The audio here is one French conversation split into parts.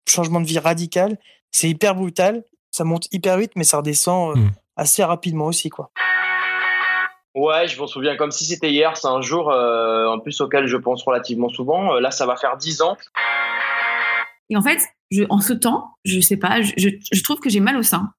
changement de vie radical. C'est hyper brutal, ça monte hyper vite, mais ça redescend assez rapidement aussi, quoi. Ouais, je m'en souviens comme si c'était hier. C'est un jour, en plus, auquel je pense relativement souvent. Là, ça va faire 10 ans. Et en fait, en ce temps, je sais pas, je trouve que j'ai mal au sein.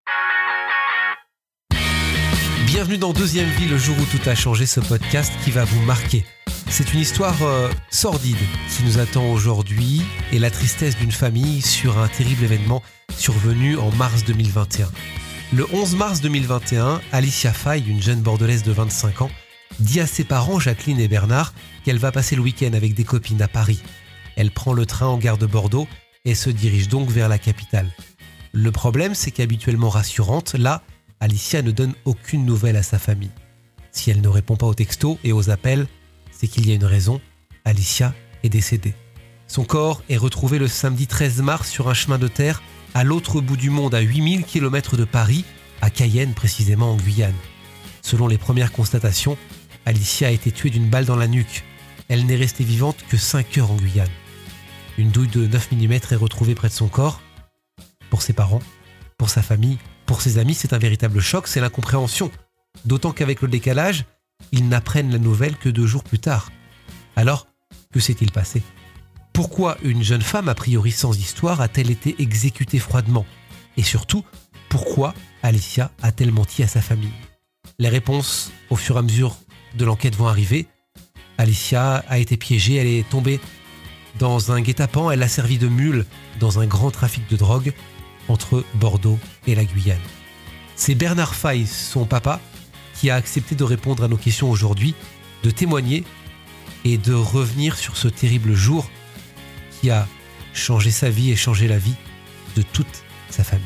Bienvenue dans Deuxième Vie, le jour où tout a changé, ce podcast qui va vous marquer. C'est une histoire sordide qui nous attend aujourd'hui et la tristesse d'une famille sur un terrible événement survenu en mars 2021. Le 11 mars 2021, Alicia Faye, une jeune bordelaise de 25 ans, dit à ses parents, Jacqueline et Bernard, qu'elle va passer le week-end avec des copines à Paris. Elle prend le train en gare de Bordeaux et se dirige donc vers la capitale. Le problème, c'est qu'habituellement rassurante, là, Alicia ne donne aucune nouvelle à sa famille. Si elle ne répond pas aux textos et aux appels, c'est qu'il y a une raison, Alicia est décédée. Son corps est retrouvé le samedi 13 mars sur un chemin de terre à l'autre bout du monde, à 8000 km de Paris, à Cayenne précisément en Guyane. Selon les premières constatations, Alicia a été tuée d'une balle dans la nuque. Elle n'est restée vivante que 5 heures en Guyane. Une douille de 9 mm est retrouvée près de son corps. Pour ses parents, pour sa famille, pour ses amis, c'est un véritable choc, c'est l'incompréhension. D'autant qu'avec le décalage, ils n'apprennent la nouvelle que 2 jours plus tard. Alors, que s'est-il passé ? Pourquoi une jeune femme, a priori sans histoire, a-t-elle été exécutée froidement ? Et surtout, pourquoi Alicia a-t-elle menti à sa famille ? Les réponses, au fur et à mesure de l'enquête, vont arriver. Alicia a été piégée, elle est tombée dans un guet-apens, elle a servi de mule dans un grand trafic de drogue entre Bordeaux et la Guyane. C'est Bernard Faye, son papa, qui a accepté de répondre à nos questions aujourd'hui, de témoigner et de revenir sur ce terrible jour qui a changé sa vie et changé la vie de toute sa famille.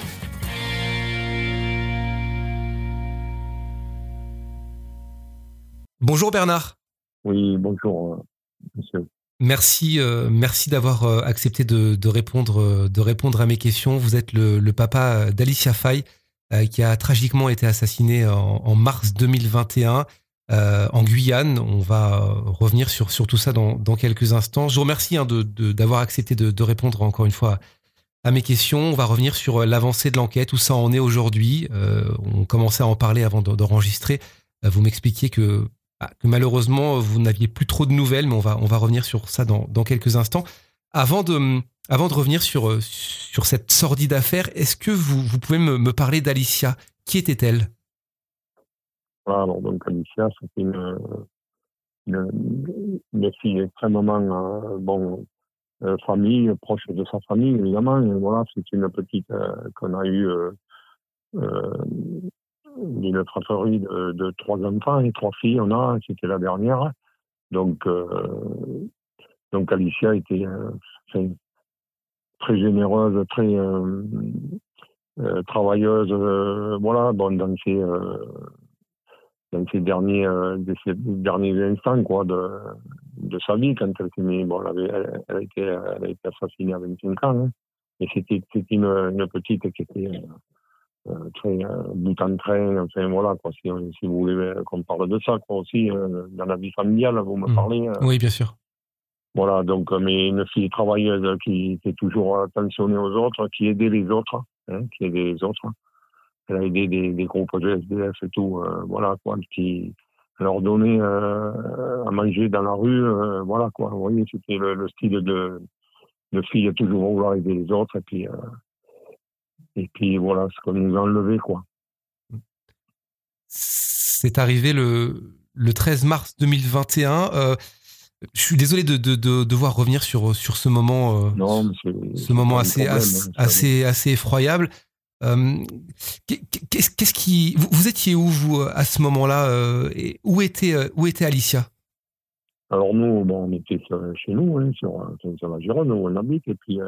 Bonjour Bernard. Oui, bonjour monsieur. Merci d'avoir accepté de répondre à mes questions. Vous êtes le papa d'Alicia Faye qui a tragiquement été assassinée en mars 2021 en Guyane. On va revenir sur tout ça dans quelques instants. Je vous remercie d'avoir accepté de répondre encore une fois à mes questions. On va revenir sur l'avancée de l'enquête, où ça en est aujourd'hui. On commençait à en parler avant d'enregistrer. Vous m'expliquiez que malheureusement, vous n'aviez plus trop de nouvelles, mais on va revenir sur ça dans quelques instants. Avant de revenir sur cette sordide affaire, est-ce que vous pouvez me parler d'Alicia ? Qui était-elle ? Voilà, alors donc Alicia, c'était une fille extrêmement famille, proche de sa famille, évidemment. Et voilà, c'est une petite qu'on a eue d'une fratrie de 3 enfants et 3 filles, c'était la dernière. Donc Alicia était très généreuse, très travailleuse, dans ses derniers instants quoi de sa vie, quand elle s'est mise. Bon, elle a été assassinée à 25 ans, hein. Et c'était une petite qui était très bout en train, enfin voilà quoi, si vous voulez qu'on parle de ça quoi aussi, dans la vie familiale, vous me parlez. Oui, bien sûr. Voilà, donc mais une fille travailleuse qui est toujours attentionnée aux autres, qui aidait les autres, Elle a aidé des groupes de SDF et tout, voilà quoi, qui leur donnait à manger dans la rue, voilà quoi. Vous voyez, c'était le style de fille toujours vouloir aider les autres, et puis voilà, c'est comme nous enlever quoi. C'est arrivé le 13 mars 2021. Je suis désolé de devoir revenir sur ce moment, Non, ce moment assez effroyable. Qu'est-ce qui vous étiez où vous à ce moment-là, et où était Alicia? Alors nous, on était chez nous, hein, sur la Gironde où on habite, et puis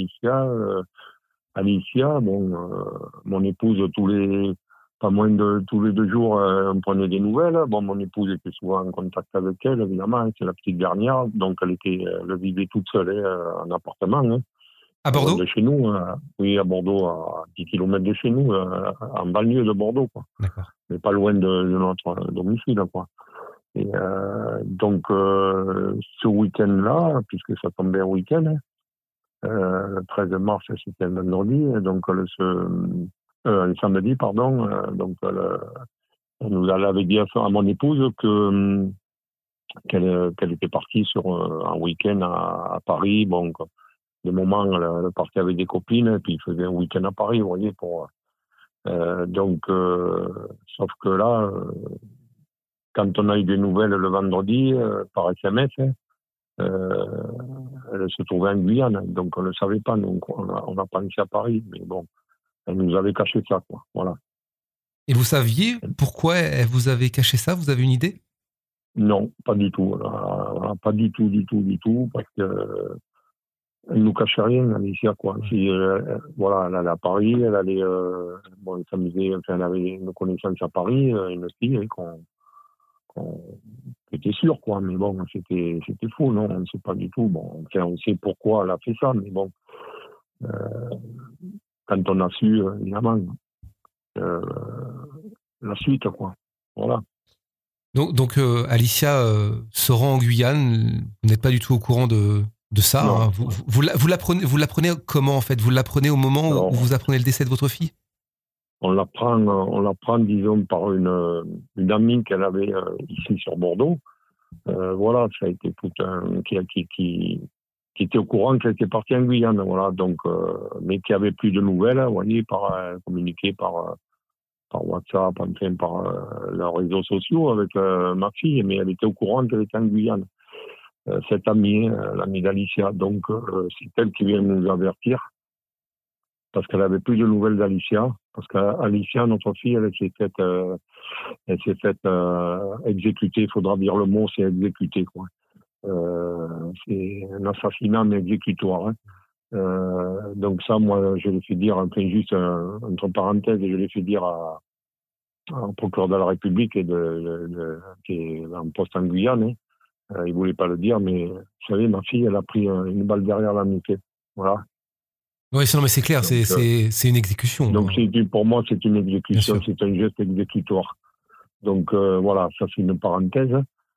Alicia, mon épouse pas moins de tous les 2 jours, on prenait des nouvelles. Bon, mon épouse était souvent en contact avec elle, évidemment, c'est la petite dernière, donc elle vivait toute seule en appartement. Hein. À Bordeaux ? De chez nous, oui, à Bordeaux, à 10 km de chez nous, en banlieue de Bordeaux, quoi. D'accord. Mais pas loin de notre domicile, quoi. Et donc, ce week-end-là, puisque ça tombait un week-end, Le 13 mars, c'était un vendredi, donc un samedi, pardon. Donc, elle avait dit à mon épouse qu'elle était partie sur un week-end à Paris. Bon, de moment, elle partait avec des copines, et puis il faisait un week-end à Paris, vous voyez, sauf que là, quand on a eu des nouvelles le vendredi par SMS, elle se trouvait en Guyane, donc on ne le savait pas, donc on a pensé à Paris, mais bon, elle nous avait caché ça, quoi. Voilà. Et vous saviez pourquoi elle vous avait caché ça? Vous avez une idée? Non, pas du tout. Voilà, pas du tout, parce que elle nous cachait rien, Alicia, quoi. Si, voilà, elle allait à Paris, elle allait, elle s'amusait, enfin, elle avait une connaissance à Paris, une fille, qu'on était sûr, quoi. Mais bon, c'était faux, non, on ne sait pas du tout. Bon, enfin, on sait pourquoi elle a fait ça, mais bon, quand on a su, évidemment, la suite, quoi. Voilà. Donc Alicia se rend en Guyane. Vous n'êtes pas du tout au courant de ça. Hein. Vous l'apprenez comment, en fait? Vous l'apprenez au moment où vous apprenez le décès de votre fille? On l'apprend, disons, par une amie qu'elle avait ici sur Bordeaux. Voilà, ça a été tout un qui était au courant qu'elle était partie en Guyane, voilà. Donc, mais qui avait plus de nouvelles, vous voyez, communiqué par WhatsApp, enfin par leurs réseaux sociaux avec ma fille, mais elle était au courant qu'elle était en Guyane. Cette amie, l'amie d'Alicia, donc c'est elle qui vient nous avertir, parce qu'elle avait plus de nouvelles d'Alicia, parce qu'Alicia, notre fille, elle s'est faite exécuter, il faudra dire le mot, c'est exécuter, quoi. C'est un assassinat, mais exécutoire, hein. Donc ça, moi, je l'ai fait dire, enfin, juste entre parenthèses, je l'ai fait dire au procureur de la République qui est en poste en Guyane. Hein. Il voulait pas le dire, mais vous savez, ma fille, elle a pris une balle derrière la nuque. Voilà. Oui, non, mais c'est clair, donc, c'est une exécution. Donc pour moi, c'est une exécution, c'est un geste exécutoire. Donc voilà, ça c'est une parenthèse.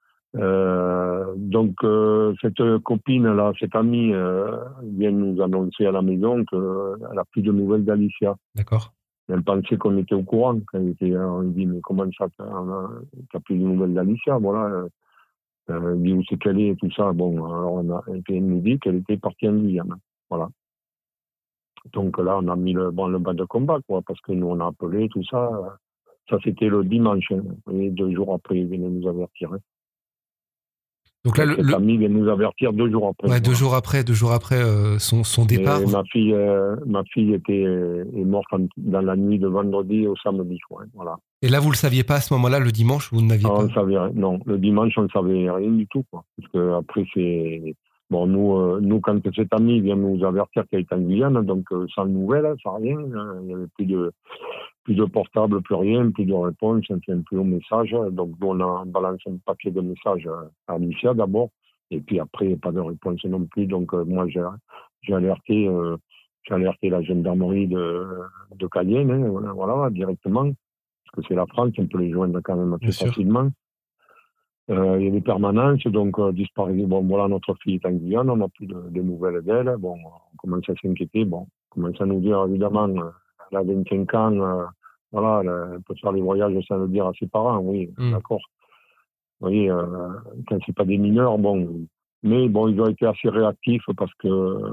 Donc cette copine-là, cette amie, vient nous annoncer à la maison qu'elle a plus de nouvelles d'Alicia. D'accord. Elle pensait qu'on était au courant. On dit, mais comment ça, t'as plus de nouvelles d'Alicia? Voilà. Elle dit où c'est qu'elle est et tout ça. Bon, alors elle nous dit qu'elle était partie en Guyane. Voilà. Donc là, on a mis le bas de combat, quoi, parce que nous, on a appelé, tout ça. Ça, c'était le dimanche. Hein. Et 2 jours après, il venait nous avertir. Hein. Donc là, cette amie vient nous avertir 2 jours après. Ouais, 2 jours après son départ. Et ma fille est morte dans la nuit de vendredi au samedi, quoi. Voilà. Et là, vous le saviez pas à ce moment-là, le dimanche, vous n'aviez pas? On savait rien. Non, le dimanche, on ne savait rien du tout, quoi. Parce que après, c'est bon, nous, quand cette amie vient nous avertir qu'elle est en Guyane, donc sans nouvelles, sans rien, il n'y avait plus de portable, plus rien, plus de réponse, plus au message. Donc, nous, on a balancé un papier de message à Alicia d'abord, et puis après, pas de réponse non plus. Donc, moi, j'ai alerté la gendarmerie de Cayenne, hein, voilà, directement, parce que c'est la France, on peut les joindre quand même assez facilement. Il y a des permanences, donc disparaît. Bon, voilà, notre fille est en Guyane, on n'a plus de nouvelles d'elle. Bon, on commence à s'inquiéter. Bon, on commence à nous dire, évidemment, elle a 25 ans, voilà, elle peut faire les voyages sans le dire à ses parents, oui, d'accord. Vous voyez, quand c'est pas des mineurs, bon. Mais bon, ils ont été assez réactifs parce que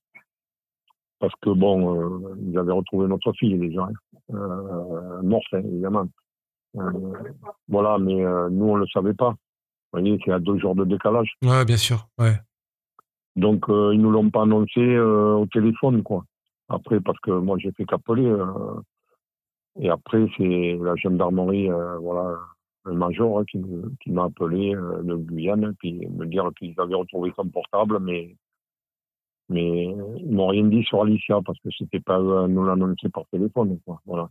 bon, ils avaient retrouvé notre fille déjà, morte, hein, évidemment. Voilà, mais nous, on le savait pas. Vous voyez, c'est à 2 jours de décalage. Ouais, bien sûr, ouais. Donc, ils nous l'ont pas annoncé au téléphone, quoi. Après, parce que moi, j'ai fait qu'appeler. Et après, c'est la gendarmerie, voilà, un major hein, qui m'a appelé de Guyane, puis me dire qu'ils avaient retrouvé son portable, mais ils m'ont rien dit sur Alicia, parce que c'était pas eux à nous l'annoncer par téléphone, quoi. Voilà.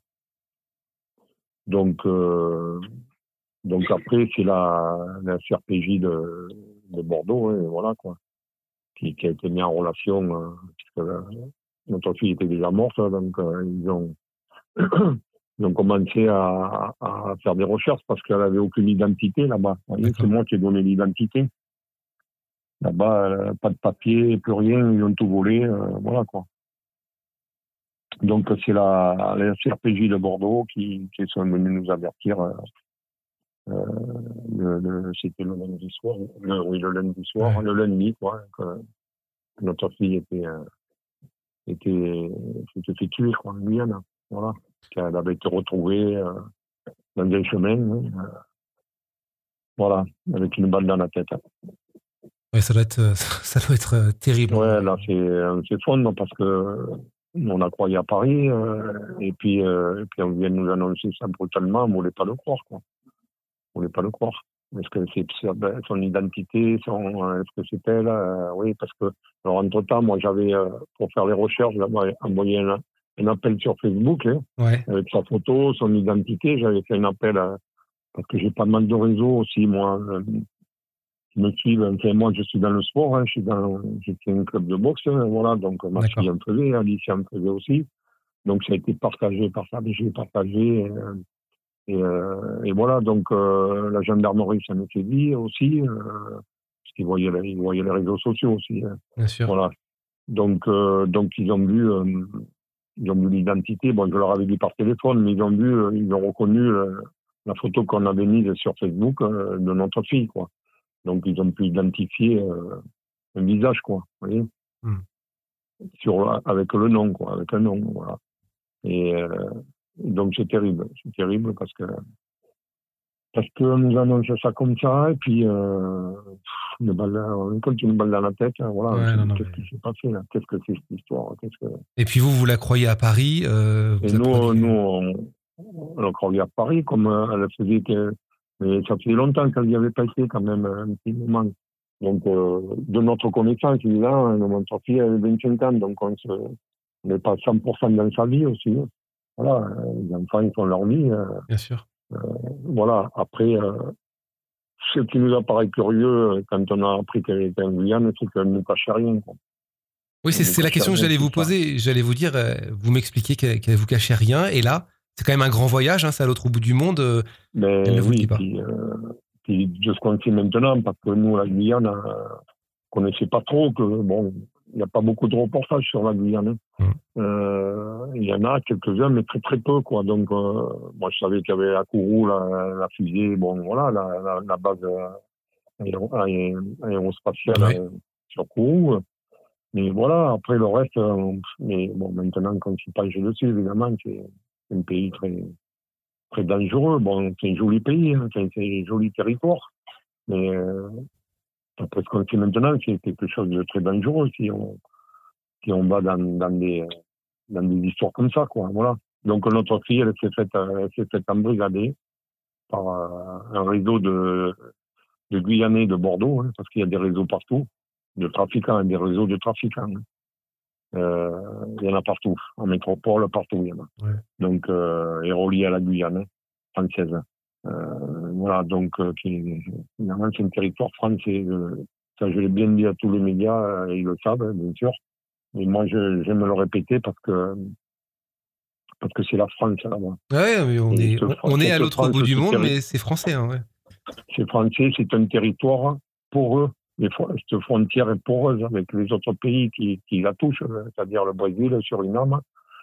Donc après, c'est la CRPJ de Bordeaux, hein, voilà, quoi, qui a été mis en relation, puisque notre fille était déjà morte, donc ils ont commencé à faire des recherches parce qu'elle avait aucune identité là-bas. C'est moi qui ai donné l'identité. Là-bas, pas de papier, plus rien, ils ont tout volé, voilà quoi. Donc c'est la CRPJ de Bordeaux qui sont venus nous avertir. C'était le lundi soir. Le lundi soir, ouais. Le lundi quoi. Que notre fille s'était fait tuer quoi, en Guyane. Voilà. Elle avait été retrouvée dans un chemin. Voilà, avec une balle dans la tête. Ouais, ça doit être terrible. Ouais, là on s'effondre parce que on a croyé à Paris et puis on vient de nous annoncer ça brutalement, on ne voulait pas le croire quoi. On voulait pas le croire. Est-ce que c'est son identité, est-ce que c'est elle oui, parce que alors entre-temps, moi j'avais pour faire les recherches, j'avais envoyé un appel sur Facebook ouais. Avec sa photo, son identité. J'avais fait un appel parce que j'ai pas mal de réseaux aussi, moi. Qui me suivent. Enfin, moi, je suis dans le sport. J'ai fait un club de boxe. Voilà, donc ma fille en faisait, Alicia en faisait aussi. Donc ça a été partagé par ça, j'ai partagé. Et voilà, donc la gendarmerie, ça me fait dit aussi, parce qu'ils voyaient les réseaux sociaux aussi. Bien sûr. Voilà. Donc ils ont vu l'identité. Bon, je leur avais dit par téléphone, mais ils ont reconnu la photo qu'on avait mise sur Facebook de notre fille, quoi. Donc ils ont pu identifier un visage, quoi. Vous voyez, avec le nom, quoi, avec un nom, voilà. Et donc c'est terrible parce que nous annonce ça comme ça et puis une balle dans la tête, voilà. Ouais, qu'est-ce qui s'est passé là? Qu'est-ce que c'est cette histoire? Et puis vous la croyez à Paris et nous on croyait à Paris comme elle faisait mais ça fait longtemps qu'elle y avait passé quand même un petit moment. Donc de notre connaissance, évidemment, notre fille avait 25 ans, donc on n'est pas 100% dans sa vie aussi. Voilà, les enfants ils font leur vie. Bien sûr. Voilà. Après, ce qui nous apparaît curieux quand on a appris qu'elle était en Guyane, c'est qu'elle ne nous cachait rien, quoi. Oui, c'est la question que j'allais vous poser. J'allais vous dire, vous m'expliquez qu'elle vous cachait rien, et là, c'est quand même un grand voyage, c'est à l'autre bout du monde. Mais elle ne vous oui, dit pas. Puis de ce qu'on sait maintenant, parce que nous, la Guyane, on connaissait pas trop que bon. Il n'y a pas beaucoup de reportages sur la Guyane. Il y en a quelques-uns, mais très très peu, quoi. Donc, moi, je savais qu'il y avait à Kourou la fusée, bon, voilà, la base aérospatiale sur Kourou. Mais voilà, après le reste, mais bon, maintenant, quand je penche dessus, évidemment, c'est un pays très très dangereux. Bon, c'est un joli pays, c'est un joli territoire, mais après ce qu'on sait maintenant, c'est quelque chose de très dangereux si on va dans des histoires comme ça, quoi. Voilà. Donc notre fille, elle s'est faite embrigader par un réseau de Guyanais de Bordeaux, parce qu'il y a des réseaux partout, de trafiquants, des réseaux de trafiquants. Il y en a partout, en métropole, partout il y en a. Ouais. Donc, et relié à la Guyane française. Voilà, donc finalement c'est un territoire français. Ça, je l'ai bien dit à tous les médias, ils le savent, bien sûr. Mais moi, j'aime le répéter parce que c'est la France là-bas. Ouais, mais on est à l'autre bout du monde, mais c'est français, ouais. C'est français, c'est un territoire poreux. Cette frontière est poreuse avec les autres pays qui la touchent, c'est-à-dire le Brésil, le Suriname,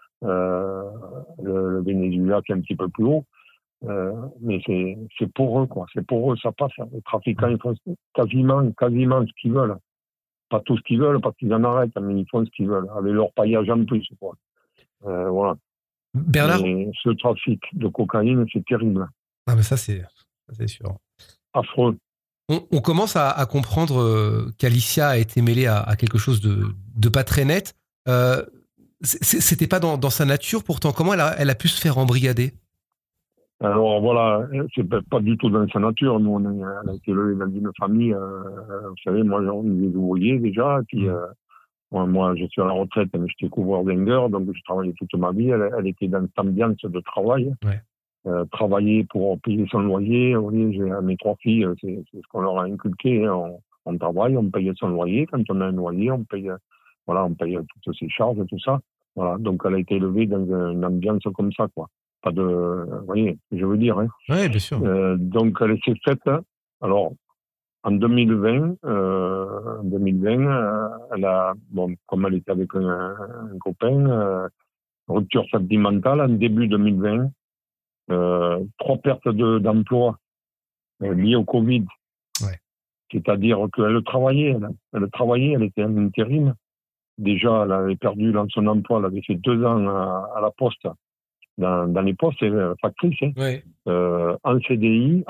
le Venezuela qui est un petit peu plus haut. Mais c'est poreux, quoi. C'est poreux, ça passe. Les trafiquants, ils font quasiment ce qu'ils veulent. Pas tout ce qu'ils veulent, parce qu'ils en arrêtent, mais ils font ce qu'ils veulent, avec leur paillage en plus, quoi. Voilà. Bernard, mais ce trafic de cocaïne, c'est terrible. Ah, mais ça, c'est sûr. Affreux. On commence à comprendre qu'Alicia a été mêlée à quelque chose de pas très net. C'était pas dans sa nature, pourtant. Comment elle a pu se faire embrigader? Alors voilà, c'est pas du tout dans sa nature. Nous, elle a été élevée dans une famille. Vous savez, moi, on est ouvriers déjà. Et puis, moi, je suis à la retraite, mais j'étais couvreur d'Enger, donc je travaillais toute ma vie. Elle était dans cette ambiance de travail. Ouais. Travailler pour payer son loyer. J'ai mes 3 filles, c'est ce qu'on leur a inculqué. On travaille, on paye son loyer. Quand on a un loyer, on paye toutes ses charges et tout ça. Voilà. Donc, elle a été élevée dans une ambiance comme ça, quoi. Pas de, vous voyez, je veux dire. Oui, bien sûr. Donc, elle s'est faite. Alors, En 2020, elle a, comme elle était avec un copain, rupture sentimentale en début 2020, 3 pertes d'emploi liées au Covid. Ouais. C'est-à-dire qu'elle travaillait, elle était en intérim. Déjà, elle avait perdu son emploi, elle avait fait 2 ans à la poste, dans les postes factrices, Ouais. en CDD,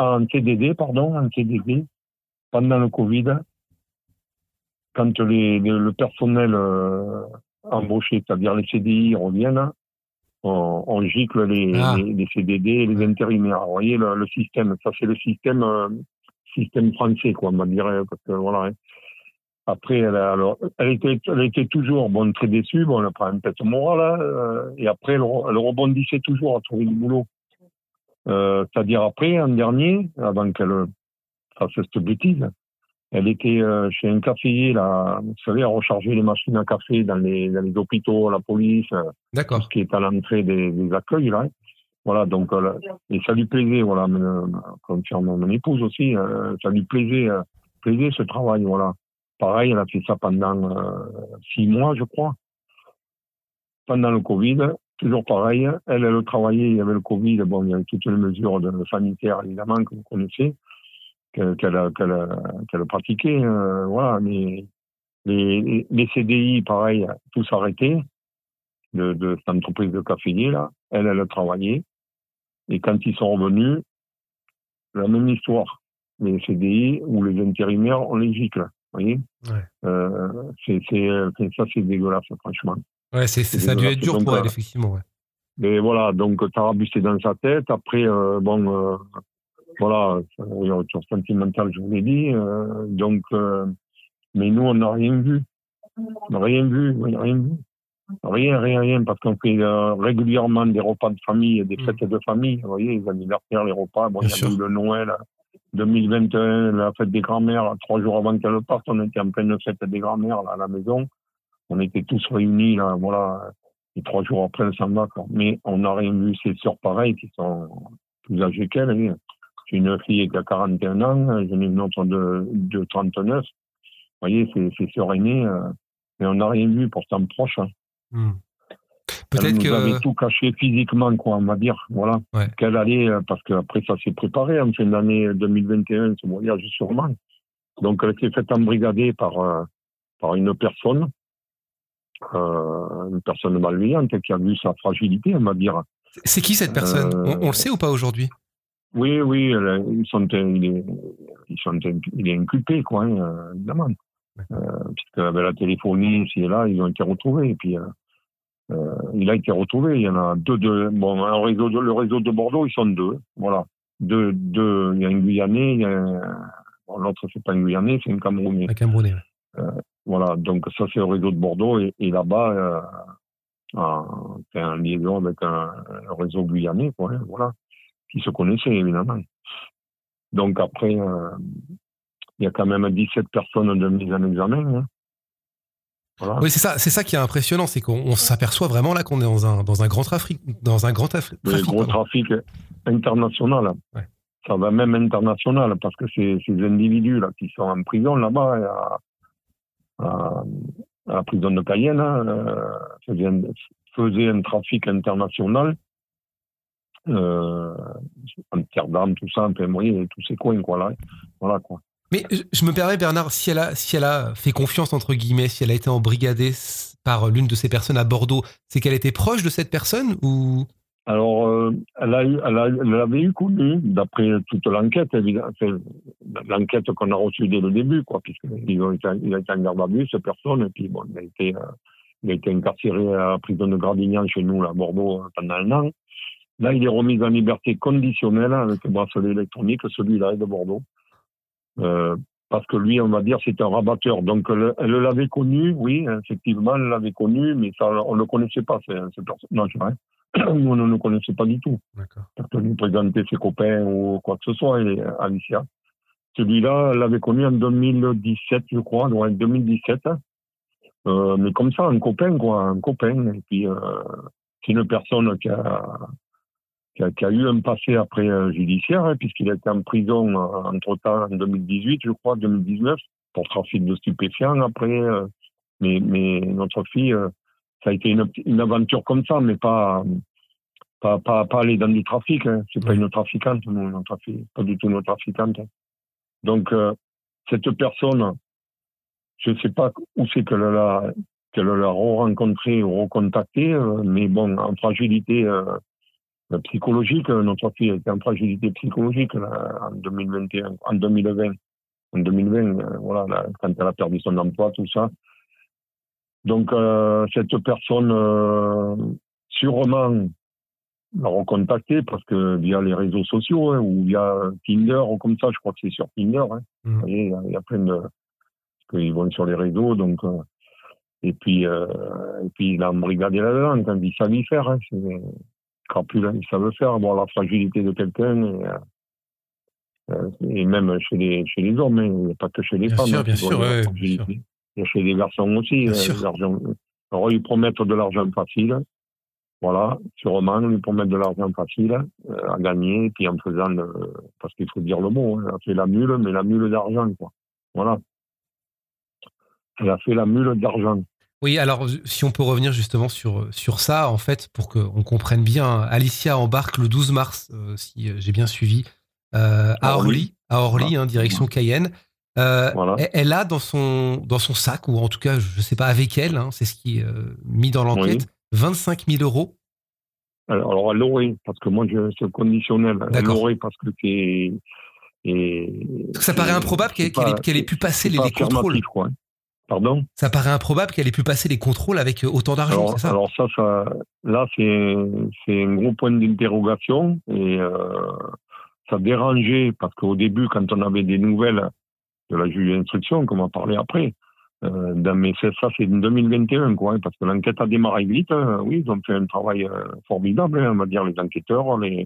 pendant le Covid, quand le personnel embauché, c'est-à-dire les CDI reviennent, on gicle les CDD et les intérimaires. Vous voyez le système, ça c'est le système français, quoi, on va dire, parce que voilà. Après, elle était toujours très déçue, elle a pris un peu de morale, et après elle rebondissait toujours à trouver du boulot. C'est-à-dire après, en dernier, avant qu'elle fasse cette bêtise, elle était chez un caféier, là, vous savez, à recharger les machines à café dans les hôpitaux, la police, tout ce qui est à l'entrée des accueils, là. Voilà, donc, et ça lui plaisait, voilà, comme faire mon épouse aussi, ça lui plaisait ce travail, voilà. Pareil, elle a fait ça pendant 6 mois, je crois. Pendant le Covid, toujours pareil, elle travaillait, il y avait le Covid, il y avait toutes les mesures sanitaires, évidemment, que vous connaissez, qu'elle pratiquait, voilà, mais les CDI, pareil, tous arrêtés de cette entreprise de caféier, là. Elle travaillait. Et quand ils sont revenus, la même histoire. Les CDI ou les intérimaires, on les gicle. Vous voyez? Ouais. Ça, c'est dégueulasse, franchement. Ouais, ça a dû être dur donc, pour elle, effectivement. Ouais. Mais voilà, donc, tarabusé dans sa tête. Après, voilà, rupture sentimentale, je vous l'ai dit. Donc, mais nous, on n'a rien vu. Rien, parce qu'on fait régulièrement des repas de famille, des fêtes de famille, vous voyez, les anniversaires, les repas. Il y a eu le Noël 2021, la fête des grands-mères, 3 jours avant qu'elle parte, on était en pleine fête des grands-mères, là, à la maison. On était tous réunis, là, voilà. Et 3 jours après, elle s'en va, quoi. Mais on n'a rien vu. Ses sœurs, pareil, qui sont plus âgées qu'elle. Hein. J'ai une fille qui a 41 ans, j'en ai une autre de 39. Vous voyez, c'est sœurs aînées, mais on n'a rien vu, pourtant proche. Hein. Peut-être elle nous avait tout caché physiquement, quoi, on va dire, voilà. Ouais. Qu'elle allait, parce qu'après ça s'est préparé en fin d'année 2021, ce voyage sûrement. Donc elle s'est faite embrigader par une personne malveillante qui a vu sa fragilité, on va dire. C'est qui cette personne? On le sait ou pas aujourd'hui? Oui, il est inculpé, quoi, évidemment. Puisqu'elle avait la téléphonie, ici et là, ils ont été retrouvés. Et puis, il a été retrouvé. Il y en a 2. Bon, le réseau de Bordeaux, ils sont 2. Voilà. 2. Il y a un Guyanais, l'autre, c'est pas un Guyanais, c'est un Camerounais. Un Camerounais, ouais. Voilà. Donc, ça, c'est le réseau de Bordeaux. Et là-bas, c'est un liaison avec un réseau guyanais, quoi. Voilà. Qui se connaissaient, évidemment. Donc, après, il y a quand même 17 personnes de mise en examen. Hein. Voilà. Oui, c'est ça qui est impressionnant, c'est qu'on s'aperçoit vraiment là qu'on est dans un grand trafic. Le gros trafic international. Ouais. Ça va même international, parce que ces individus-là qui sont en prison là-bas, à la prison de Cayenne, faisaient un trafic international. Amsterdam, tout ça, vous voyez, tous ces coins, quoi, là. Voilà, quoi. Mais je me permets, Bernard, si elle a fait confiance, entre guillemets, si elle a été embrigadée par l'une de ces personnes à Bordeaux, c'est qu'elle était proche de cette personne ou... Alors, elle l'avait eu connue, d'après toute l'enquête, évidemment. L'enquête qu'on a reçue dès le début, quoi, puisqu'il a été en garde à vue, cette personne, et puis bon, il a été incarcéré à la prison de Gradignan chez nous, là, à Bordeaux, pendant 1 an. Là, il est remis en liberté conditionnelle avec le bracelet électronique, celui-là de Bordeaux. Parce que lui, on va dire, c'est un rabatteur. Donc, elle l'avait connu, oui, effectivement, elle l'avait connu, mais ça, on ne le connaissait pas, ce personnage. Hein. Nous, on ne le connaissait pas du tout. D'accord. Parce que lui présentait ses copains ou quoi que ce soit, Alicia. Celui-là, elle l'avait connu en 2017, je crois, en 2017. Mais comme ça, un copain, quoi, un copain. Et puis, c'est une personne qui qui a eu un passé après judiciaire, hein, puisqu'il a été en prison entre-temps en 2018, je crois, 2019, pour trafic de stupéfiants après. Mais notre fille, ça a été une aventure comme ça, mais pas aller dans du trafic. Hein. C'est pas une trafiquante, nous, notre fille. Pas du tout une trafiquante. Donc, cette personne, je sais pas où c'est qu'elle l'a rencontré ou recontacté, mais bon, en fragilité psychologique, notre fille était en fragilité psychologique là, en 2021, en 2020. En 2020, voilà, là, quand elle a perdu son emploi, tout ça. Donc, cette personne, sûrement, l'a recontacté parce que via les réseaux sociaux, hein, ou via Tinder, ou comme ça, je crois que c'est sur Tinder. Hein. Vous voyez, il y a plein de... Parce qu'ils vont sur les réseaux, donc... et puis, il a embrigadé là-dedans, quand il savait faire. Hein, crapule, il savait faire, avoir la fragilité de quelqu'un, et même chez les hommes, hein, il n'y a pas que chez les femmes. Bien sûr, ouais, bien sûr. Il y a chez les garçons aussi, l'argent. Alors, ils promettent de l'argent facile, voilà, sûrement, ils promettent de l'argent facile à gagner, puis en faisant, parce qu'il faut dire le mot, hein, elle a fait la mule, mais la mule d'argent, quoi. Voilà. Elle a fait la mule d'argent. Oui, alors si on peut revenir justement sur ça, en fait, pour qu'on comprenne bien, Alicia embarque le 12 mars, si j'ai bien suivi, à Orly, hein, direction Cayenne. Voilà. Elle a dans son sac, ou en tout cas, je ne sais pas, avec elle, hein, c'est ce qui est mis dans l'enquête, 25 000 euros. Alors, elle l'aurait, parce que moi, c'est conditionnel. Elle l'aurait parce que c'est... Parce que ça paraît improbable qu'elle ait pu passer les contrôles. Quoi. Pardon ? Ça paraît improbable qu'elle ait pu passer les contrôles avec autant d'argent, c'est ça ? Alors là, c'est un gros point d'interrogation, et ça dérangeait, parce qu'au début, quand on avait des nouvelles de la juge d'instruction, comme on a parlé après, mais ça c'est en 2021, quoi, hein, parce que l'enquête a démarré vite. Hein, oui, ils ont fait un travail formidable, hein, on va dire, les enquêteurs,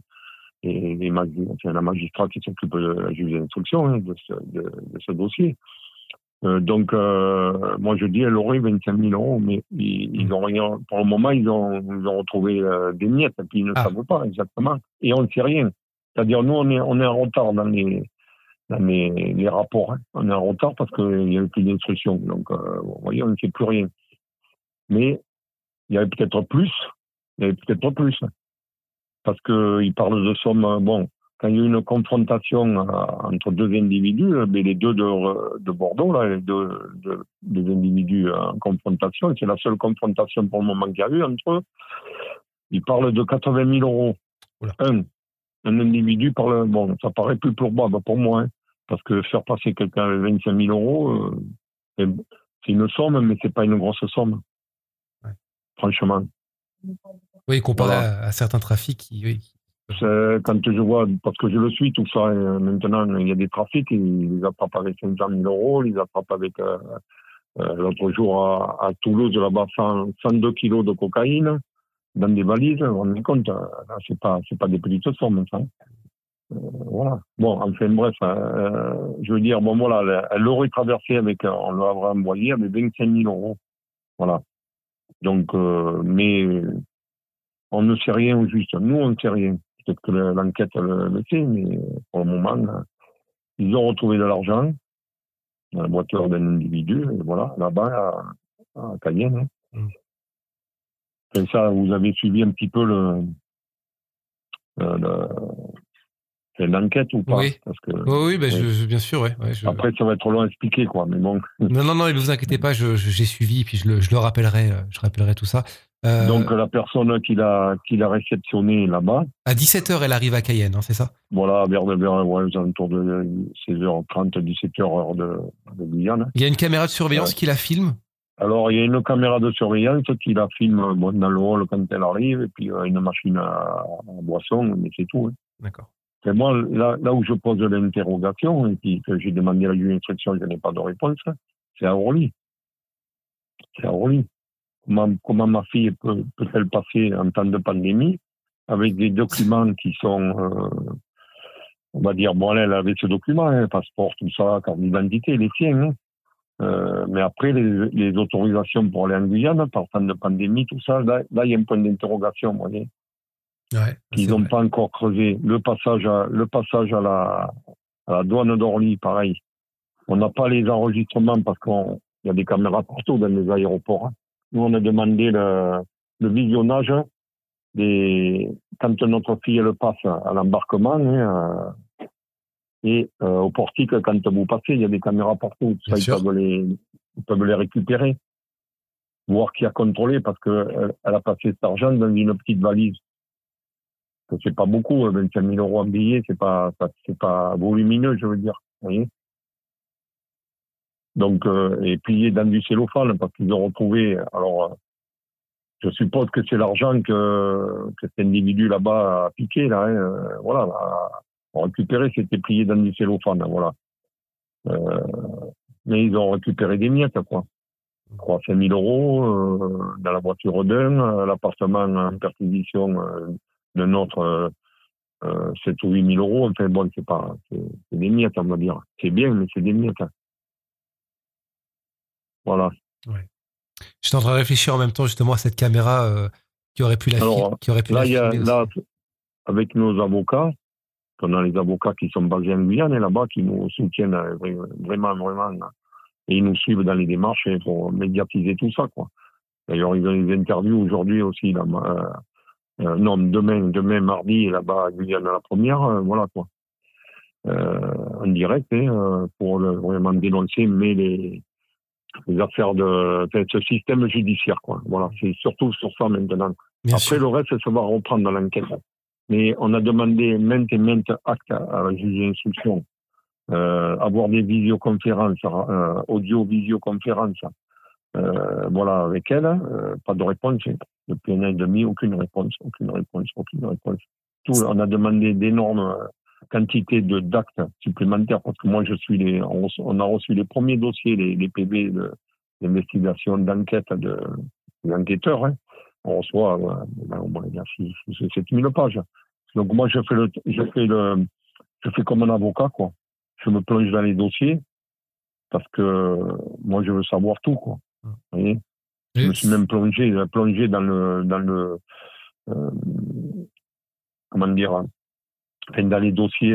la magistrate qui s'occupe de la juge d'instruction, hein, de ce dossier. Donc, moi je dis, elle aurait 25 000 euros, mais ils ont rien. Pour le moment, ils ont retrouvé des miettes, et puis ils ne savent pas exactement, et on ne sait rien. C'est-à-dire, nous, on est en retard dans les rapports. Hein. On est en retard parce qu'il n'y a plus d'instruction. Donc, vous voyez, on ne sait plus rien. Mais il y avait peut-être plus. Parce qu'ils parlent de sommes. Bon, quand il y a eu une confrontation entre deux individus, mais les deux de Bordeaux, là, les deux individus en confrontation, c'est la seule confrontation pour le moment qu'il y a eu entre eux. Ils parlent de 80 000 euros. Voilà. Un individu parle. Bon, ça paraît plus probable pour moi. Hein. Parce que faire passer quelqu'un avec 25 000 euros, c'est une somme, mais c'est pas une grosse somme. Ouais. Franchement. Oui, comparé à certains trafics. Oui. Quand je vois, parce que je le suis, tout ça, maintenant, il y a des trafics, ils les attrapent avec 500 000 euros, ils les attrapent avec, l'autre jour à Toulouse, là-bas, 102 kilos de cocaïne dans des valises. On se rend compte, c'est pas des petites sommes, ça. Voilà. Bon, enfin bref, je veux dire, bon voilà, elle l'aurait traversé avec, on l'aurait envoyé avec 25 000 euros. Voilà. Donc, mais on ne sait rien au juste. Nous, on ne sait rien. Peut-être que l'enquête le sait, mais pour le moment, ils ont retrouvé de l'argent dans la voiture d'un individu, et voilà, là-bas, à Cayenne. Hein. Comme ça, vous avez suivi un petit peu l'enquête ou pas? Oui, parce que, oui, bien sûr, ouais. Après, ça va être long à expliquer, quoi, mais bon. Non, ne vous inquiétez pas, j'ai suivi, puis je le rappellerai, je rappellerai tout ça. Donc, la personne qui l'a réceptionné là-bas. À 17h, elle arrive à Cayenne, hein, c'est ça? Voilà, vers aux alentours de 16h30, 17h, heure de Guyane. Il y a une caméra de surveillance qui la filme? Alors, il y a une caméra de surveillance qui la filme dans le hall quand elle arrive, et puis une machine à boisson, mais c'est tout. Hein. D'accord. Et moi, là où je pose l'interrogation, et puis que j'ai demandé à la juge d'instruction, je n'ai pas de réponse, c'est à Orly. Comment ma fille peut-elle passer en temps de pandémie avec des documents qui sont, on va dire, bon, elle avait ce document, hein, passeport, tout ça, carte d'identité, les siens, hein. Mais après, les autorisations pour aller en Guyane, par temps de pandémie, tout ça, là, il y a un point d'interrogation, vous voyez. qu'ils n'ont pas encore creusé. Le passage à la douane d'Orly, pareil. On n'a pas les enregistrements parce qu'il y a des caméras partout dans les aéroports. Nous, on a demandé le visionnage quand notre fille elle passe à l'embarquement et au portique, quand vous passez, il y a des caméras partout. Ça, ils peuvent les récupérer. Voir qui a contrôlé parce qu'elle a passé cet argent dans une petite valise. C'est pas beaucoup, 25 000 euros en billets, c'est pas volumineux, je veux dire. Vous voyez? Donc, et plié dans du cellophane parce qu'ils ont retrouvé. Alors, je suppose que c'est l'argent que cet individu là-bas a piqué, là, voilà, a récupéré, c'était plié dans du cellophane, voilà. Mais ils ont récupéré des miettes, quoi. 5 000 euros dans la voiture d'un, l'appartement en perquisition d'un autre 7 ou 8 000 euros. Enfin bon, c'est des miettes, on va dire. C'est bien, mais c'est des miettes. Voilà. Ouais. J'étais en train de réfléchir en même temps justement à cette caméra qui aurait pu la filmer. Là, avec nos avocats, on a les avocats qui sont basés en Guyane et là-bas qui nous soutiennent vraiment, vraiment. Et ils nous suivent dans les démarches pour médiatiser tout ça, quoi. D'ailleurs, ils ont des interviews aujourd'hui aussi, là, demain mardi, là-bas à Guyane à la première, voilà, quoi. En direct, pour vraiment dénoncer, mais les affaires ce système judiciaire, quoi. Voilà, c'est surtout sur ça maintenant. Bien Après, sûr. le reste, ça va reprendre dans l'enquête. Mais on a demandé maintes actes à la juge d'instruction. Avoir des visioconférences, audio-visioconférences, voilà, avec elle, pas de réponse. Depuis 1 an et demi, aucune réponse. Tout, on a demandé d'énormes quantités d'actes supplémentaires parce que moi, on a reçu les premiers dossiers, les PV d'investigation, d'enquête des enquêteurs. Hein. On reçoit, au moins, il y a 6 ou 7 000 pages. Donc moi, je fais comme un avocat, quoi. Je me plonge dans les dossiers parce que moi, je veux savoir tout, quoi. Vous voyez? Je me suis même plongé dans le comment dire, enfin, dans les dossiers,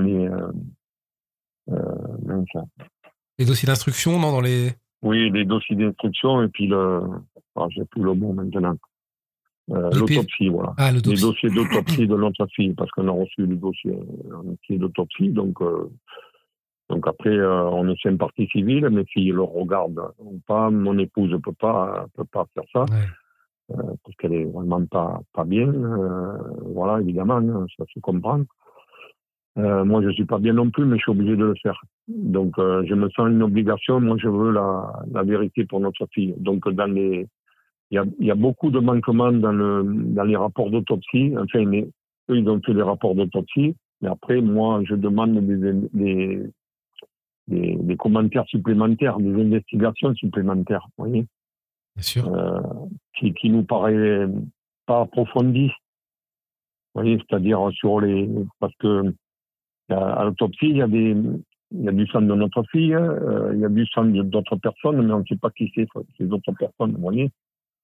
les dossiers d'instruction, non, dans les. Oui, les dossiers d'instruction et puis j'ai plus le mot maintenant. L'autopsie, voilà. Ah, l'autopsie. Les dossiers d'autopsie de notre fille, parce qu'on a reçu les dossiers d'autopsie, donc après, on est une partie civile, mes filles le regardent ou pas, mon épouse peut pas faire ça, parce qu'elle est vraiment pas bien, voilà, évidemment, ça se comprend. Moi, je suis pas bien non plus, mais je suis obligé de le faire. Donc, je me sens une obligation, moi, je veux la vérité pour notre fille. Donc, il y a beaucoup de manquements dans les rapports d'autopsie, enfin, eux, ils ont fait les rapports d'autopsie, mais après, moi, je demande des commentaires supplémentaires, des investigations supplémentaires, vous voyez. Bien sûr. Qui nous paraît pas approfondies. Vous voyez, c'est-à-dire parce que à l'autopsie, il y a du sang de notre fille, il y a du sang d'autres personnes, mais on ne sait pas qui c'est ces autres personnes, vous voyez.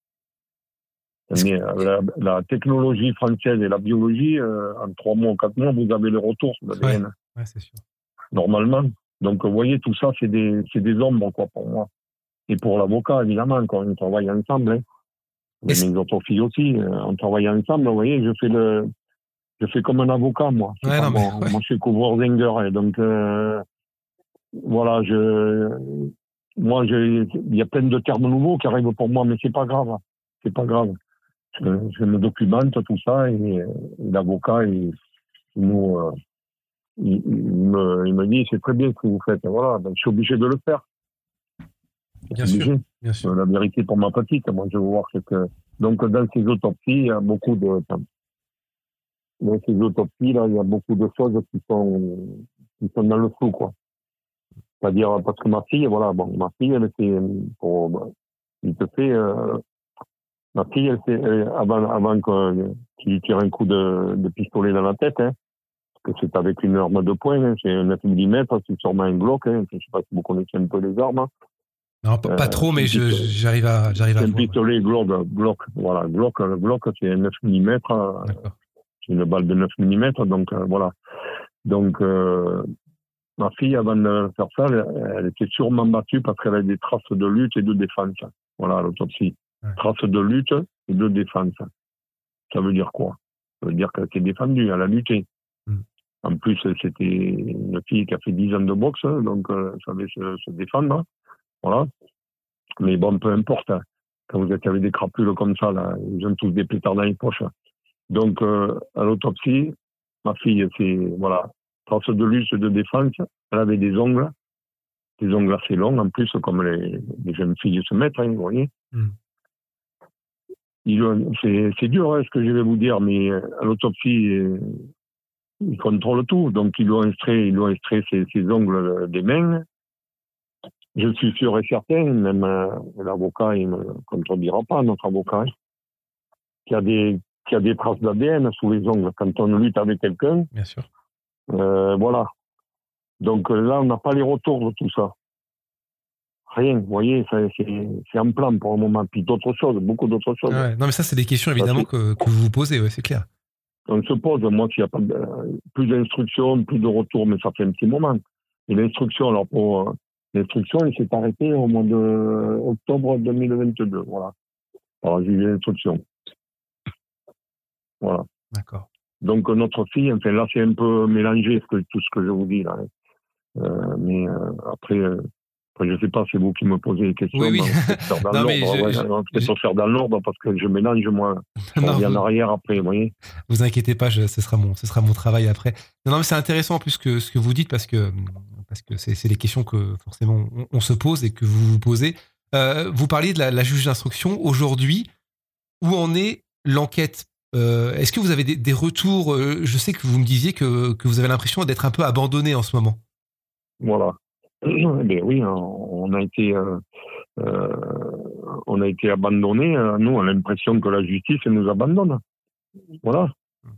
Mais la technologie française et la biologie, en 3 mois ou 4 mois, vous avez le retour sur l'ADN. Ouais, c'est sûr. Normalement. Donc, vous voyez, tout ça, c'est des ombres, quoi, pour moi. Et pour l'avocat, évidemment, quand on travaille ensemble, hein. Mes autres filles aussi, on travaille ensemble, vous voyez, je fais comme un avocat, moi. Moi, je suis couvreur-zinger, et donc, voilà, il y a plein de termes nouveaux qui arrivent pour moi, mais c'est pas grave. C'est pas grave. Je me documente tout ça, et l'avocat, il me dit, c'est très bien ce que vous faites. Voilà, donc je suis obligé de le faire. Bien sûr. La vérité pour ma petite, moi je veux voir Donc dans ces autopsies, il y a beaucoup de choses qui sont dans le flou, quoi. C'est-à-dire parce que ma fille, elle fait ma fille, elle fait avant qu'il lui tire un coup de pistolet dans la tête, hein. Que c'est avec une arme de poing, hein, c'est un 9 mm, c'est sûrement un Glock, hein, je ne sais pas si vous connaissez un peu les armes. Non, pas trop, mais j'arrive à c'est un pistolet Glock, voilà, Glock c'est un 9 mm, C'est une balle de 9 mm, donc voilà. Donc, ma fille, avant de faire ça, elle était sûrement battue parce qu'elle avait des traces de lutte et de défense. Voilà, à l'autopsie. Ouais. Traces de lutte et de défense. Ça veut dire quoi? Ça veut dire qu'elle s'est défendue, elle a lutté. En plus, c'était une fille qui a fait 10 ans de boxe, donc elle savait se défendre. Voilà. Mais bon, peu importe. Quand vous êtes avec des crapules comme ça, là, ils ont tous des pétards dans les poches. Donc, à l'autopsie, ma fille, c'est, voilà, traces de lutte et de défense. Elle avait des ongles assez longs, en plus, comme les jeunes filles se mettent, hein, vous voyez. C'est dur, hein, ce que je vais vous dire, mais à l'autopsie, ils contrôlent tout. Donc, ils lui ont extrait ses ongles des mains. Je suis sûr et certain, même l'avocat, il ne me contredira pas, notre avocat, hein, qu'il y a des traces d'ADN sous les ongles quand on lutte avec quelqu'un. Bien sûr. Voilà. Donc là, on n'a pas les retours de tout ça. Rien, vous voyez, c'est en plan pour le moment. Puis d'autres choses, beaucoup d'autres choses. Ouais, non, mais ça, c'est des questions évidemment que vous vous posez, ouais, c'est clair. On se pose, moi, s'il n'y a pas plus d'instructions, plus de retours, mais ça fait un petit moment. Et l'instruction, alors pour l'instruction, elle s'est arrêtée au mois d'octobre 2022, voilà. Par juge d'instruction. Voilà. D'accord. Donc notre fille, enfin là, c'est un peu mélangé tout ce que je vous dis là. Mais après, je ne sais pas, c'est vous qui me posez les questions. Oui. On peut faire dans l'ordre parce que je mélange, moi. Je reviens en arrière après, vous voyez. Vous inquiétez pas, ce sera mon travail après. Non, mais c'est intéressant en plus ce que vous dites parce que c'est des questions que forcément on se pose et que vous vous posez. Vous parliez de la juge d'instruction. Aujourd'hui, où en est l'enquête? Est-ce que vous avez des retours? Je sais que vous me disiez que vous avez l'impression d'être un peu abandonné en ce moment. Voilà. Ben oui, on a été abandonné. Nous, on a l'impression que la justice nous abandonne. Voilà.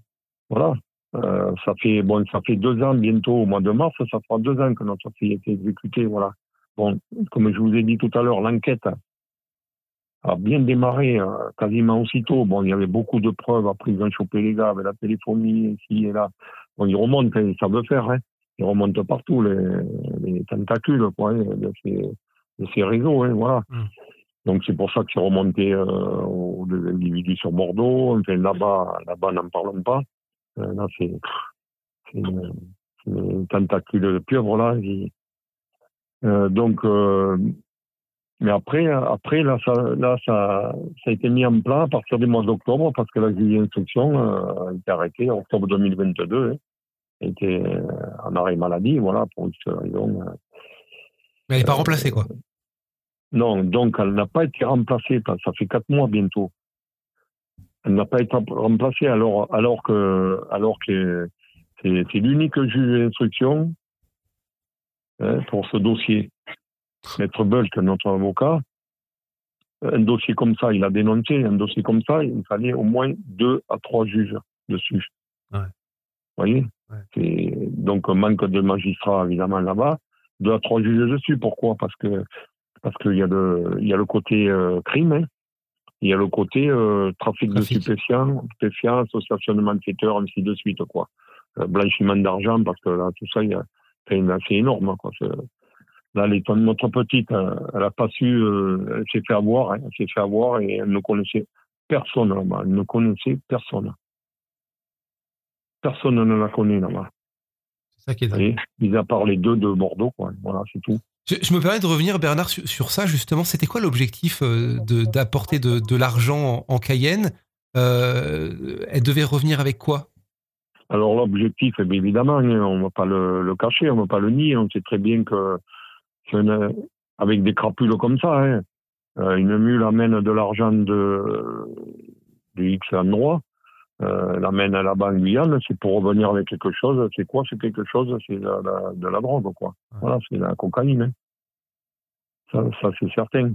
Ça fait 2 ans bientôt, au mois de mars, ça fera 2 ans que notre fille a été exécutée. Voilà. Bon, comme je vous ai dit tout à l'heure, l'enquête a bien démarré quasiment aussitôt. Bon, il y avait beaucoup de preuves. Après, ils ont chopé les gars avec la téléphonie ici et là. Bon, ils remontent, ils savent faire. Hein. Ils remontent partout les tentacules quoi, de ces réseaux. Hein, voilà. Donc c'est pour ça que c'est remonté aux individus sur Bordeaux. Enfin là-bas, n'en parlons pas. Là, c'est une tentacule de pieuvre là. Mais après là, ça a été mis en place à partir du mois d'octobre parce que la juge d'instruction a été arrêtée en octobre 2022. Hein. Elle était en arrêt maladie, voilà, pour une raison. Mais elle n'est pas remplacée, quoi. Non, donc elle n'a pas été remplacée, ça fait 4 mois bientôt. Elle n'a pas été remplacée alors que c'est l'unique juge d'instruction pour ce dossier. Maître Bulk, notre avocat, un dossier comme ça, il a dénoncé, un dossier comme ça, il fallait au moins 2 à 3 juges dessus. Ouais. Vous voyez? Ouais. Donc un manque de magistrats évidemment là-bas, 2 à 3 juges dessus. Pourquoi? Parce qu'il y a le côté crime, hein. Il y a le côté trafic de stupéfiants, association de malfaiteurs, ainsi de suite quoi. Blanchiment d'argent parce que là tout ça c'est énorme quoi. Là notre petite elle a pas su, elle s'est fait avoir et elle ne connaissait personne là-bas, elle ne connaissait personne. Personne ne la connaît là-bas. C'est ça qui est dingue. Mis à part les 2 de Bordeaux, quoi. Voilà, c'est tout. Je me permets de revenir, Bernard, sur ça, justement. C'était quoi l'objectif d'apporter de l'argent en Cayenne? Elle devait revenir avec quoi? Alors, l'objectif, évidemment, on ne va pas le cacher, on ne va pas le nier. On sait très bien que avec des crapules comme ça, hein, une mule amène de l'argent du X endroit. L'amène à la banque Guyane, c'est pour revenir avec quelque chose. C'est quoi? C'est quelque chose, c'est de la drogue, quoi. Voilà, c'est la cocaïne. Hein. Ça c'est certain.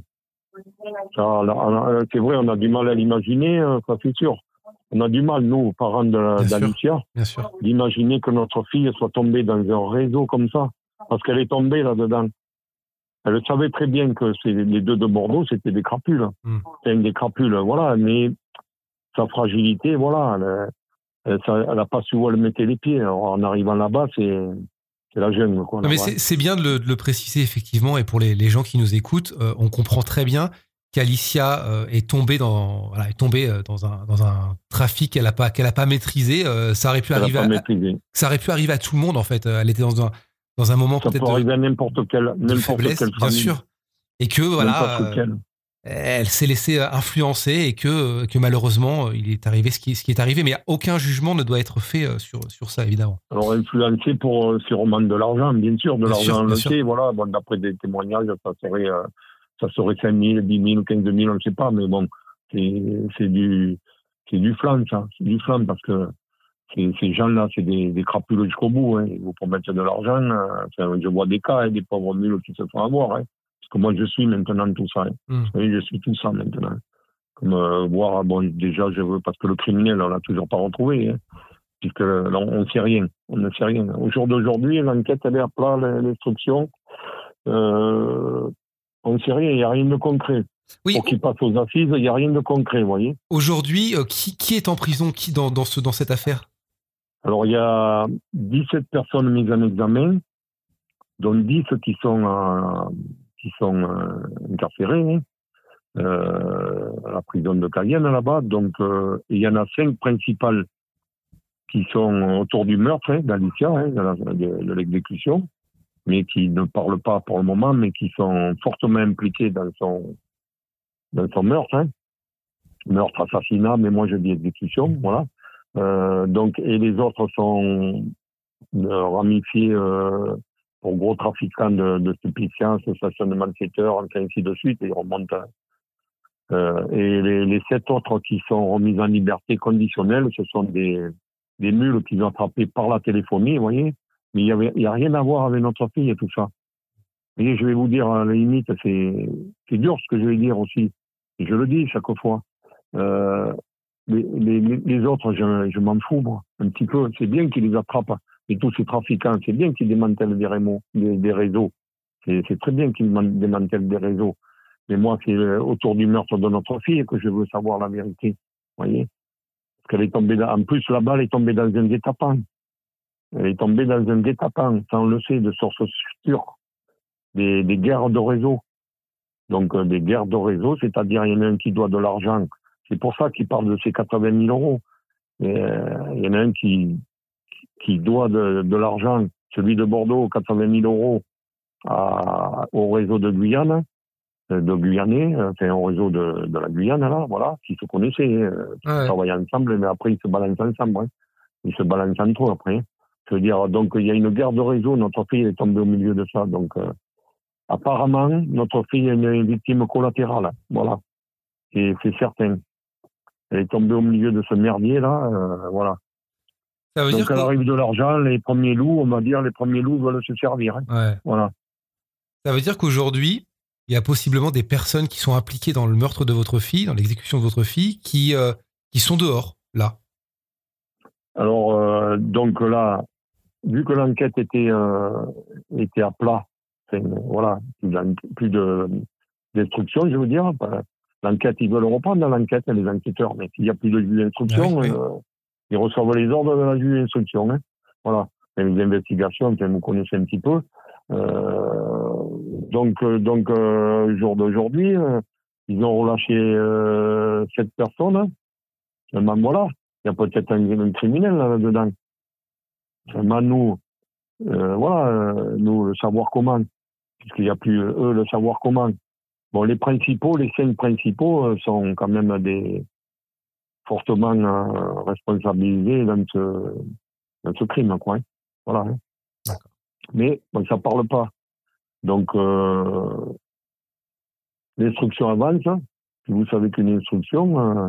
C'est vrai, on a du mal à l'imaginer, ça c'est sûr. On a du mal, nous, parents d'Alicia, d'imaginer que notre fille soit tombée dans un réseau comme ça. Parce qu'elle est tombée là-dedans. Elle savait très bien que les 2 de Bordeaux, c'était des crapules. C'était des crapules, voilà, mais sa fragilité, voilà, elle n'a pas su où elle mettait les pieds. Alors, en arrivant là-bas, c'est la jungle, quoi. Non, mais c'est bien de le préciser, effectivement, et pour les gens qui nous écoutent, on comprend très bien qu'Alicia est tombée dans un trafic qu'elle a pas maîtrisé. Ça aurait pu arriver à tout le monde, en fait. Elle était dans un moment ça peut-être peut arriver à n'importe quelle faiblesse, famille. bien sûr. Et que voilà, elle s'est laissée influencer et que malheureusement il est arrivé ce qui est arrivé. Mais aucun jugement ne doit être fait sur ça, évidemment. Alors influencer pour sûrement de l'argent, bien sûr, l'argent. Voilà, bon, d'après des témoignages, ça serait 5 000, 10 000, 15 000, on ne sait pas, mais bon, c'est du flan, ça. C'est du flan parce que ces gens-là, c'est des crapules jusqu'au bout. Hein. Ils vous promettent de l'argent. Je vois des cas, des pauvres mules qui se font avoir. Hein. Parce que moi, je suis maintenant tout ça. Hein. Vous voyez, je suis tout ça maintenant. Comme voir, déjà, parce que le criminel, on l'a toujours pas retrouvé. Hein. Puisque là, on ne sait rien. On ne sait rien. Au jour d'aujourd'hui, l'enquête, elle est à plat, l'instruction. On ne sait rien, il n'y a rien de concret. Oui. Pour qu'il passe aux assises, il n'y a rien de concret, vous voyez. Aujourd'hui, qui est en prison dans cette affaire? Alors, il y a 17 personnes mises en examen, dont 10 qui sont incarcérées à la prison de Cayenne, là-bas. Donc, il y en a 5 principales qui sont autour du meurtre d'Alicia, de l'exécution, mais qui ne parlent pas pour le moment, mais qui sont fortement impliqués dans son meurtre. Meurtre, assassinat, mais moi je dis exécution, voilà. Donc, et les autres sont ramifiés pour gros trafiquants de stupéfiants, association de malfaiteurs, ainsi de suite, et ils remontent. Et les 7 autres qui sont remis en liberté conditionnelle, ce sont des mules qu'ils ont attrapées par la téléphonie, vous voyez. Mais il n'y a rien à voir avec notre fille et tout ça. Et je vais vous dire, à la limite, c'est dur ce que je vais dire aussi. Et je le dis chaque fois. Les autres, je m'en fous, moi, un petit peu. C'est bien qu'ils les attrapent. Et tous ces trafiquants, c'est bien qu'ils démantèlent des réseaux. C'est très bien qu'ils démantèlent des réseaux. Mais moi, c'est autour du meurtre de notre fille que je veux savoir la vérité. Vous voyez? Parce qu'elle est tombée en plus, la balle est tombée dans un guet-apens. Elle est tombée dans un guet-apens, ça on le sait, de sources sûres. Des guerres de réseau. Donc, des guerres de réseau, c'est-à-dire, il y en a un qui doit de l'argent. C'est pour ça qu'il parle de ces 80 000 euros. Et, il y en a un qui doit de l'argent, celui de Bordeaux, 80 000 euros au réseau de Guyane, de Guyanais, enfin, au réseau de la Guyane, là, voilà, qui se connaissaient, qui travaillaient ensemble, mais après, ils se balancent ensemble. Hein. Ils se balancent entre eux, après. Je veux dire, donc, il y a une guerre de réseau, notre fille est tombée au milieu de ça, donc, apparemment, notre fille est une victime collatérale, voilà. Et c'est certain. Elle est tombée au milieu de ce merdier, là, voilà. Ça veut donc, dire elle arrive de l'argent, les premiers loups, on va dire, les premiers loups veulent se servir. Hein. Ouais. Voilà. Ça veut dire qu'aujourd'hui, il y a possiblement des personnes qui sont impliquées dans le meurtre de votre fille, dans l'exécution de votre fille, qui sont dehors, là. Alors, donc là, vu que l'enquête était à plat, voilà, plus d'instruction, je veux dire. L'enquête, ils veulent reprendre l'enquête, les enquêteurs, mais s'il n'y a plus de juge d'instruction, ils reçoivent les ordres de la juge d'instruction. Hein. Voilà. Et les investigations, vous connaissez un petit peu. Donc, jour d'aujourd'hui, ils ont relâché 7 personnes. Seulement, voilà, il y a peut-être un criminel là-dedans. Seulement, nous, nous, le savoir comment, puisqu'il n'y a plus eux, le savoir comment. Bon, les 5 principaux sont quand même fortement responsabilisés dans ce crime, quoi. Hein. Voilà. Hein. D'accord. Mais bon, ça parle pas. Donc, l'instruction avance. Vous savez qu'une instruction,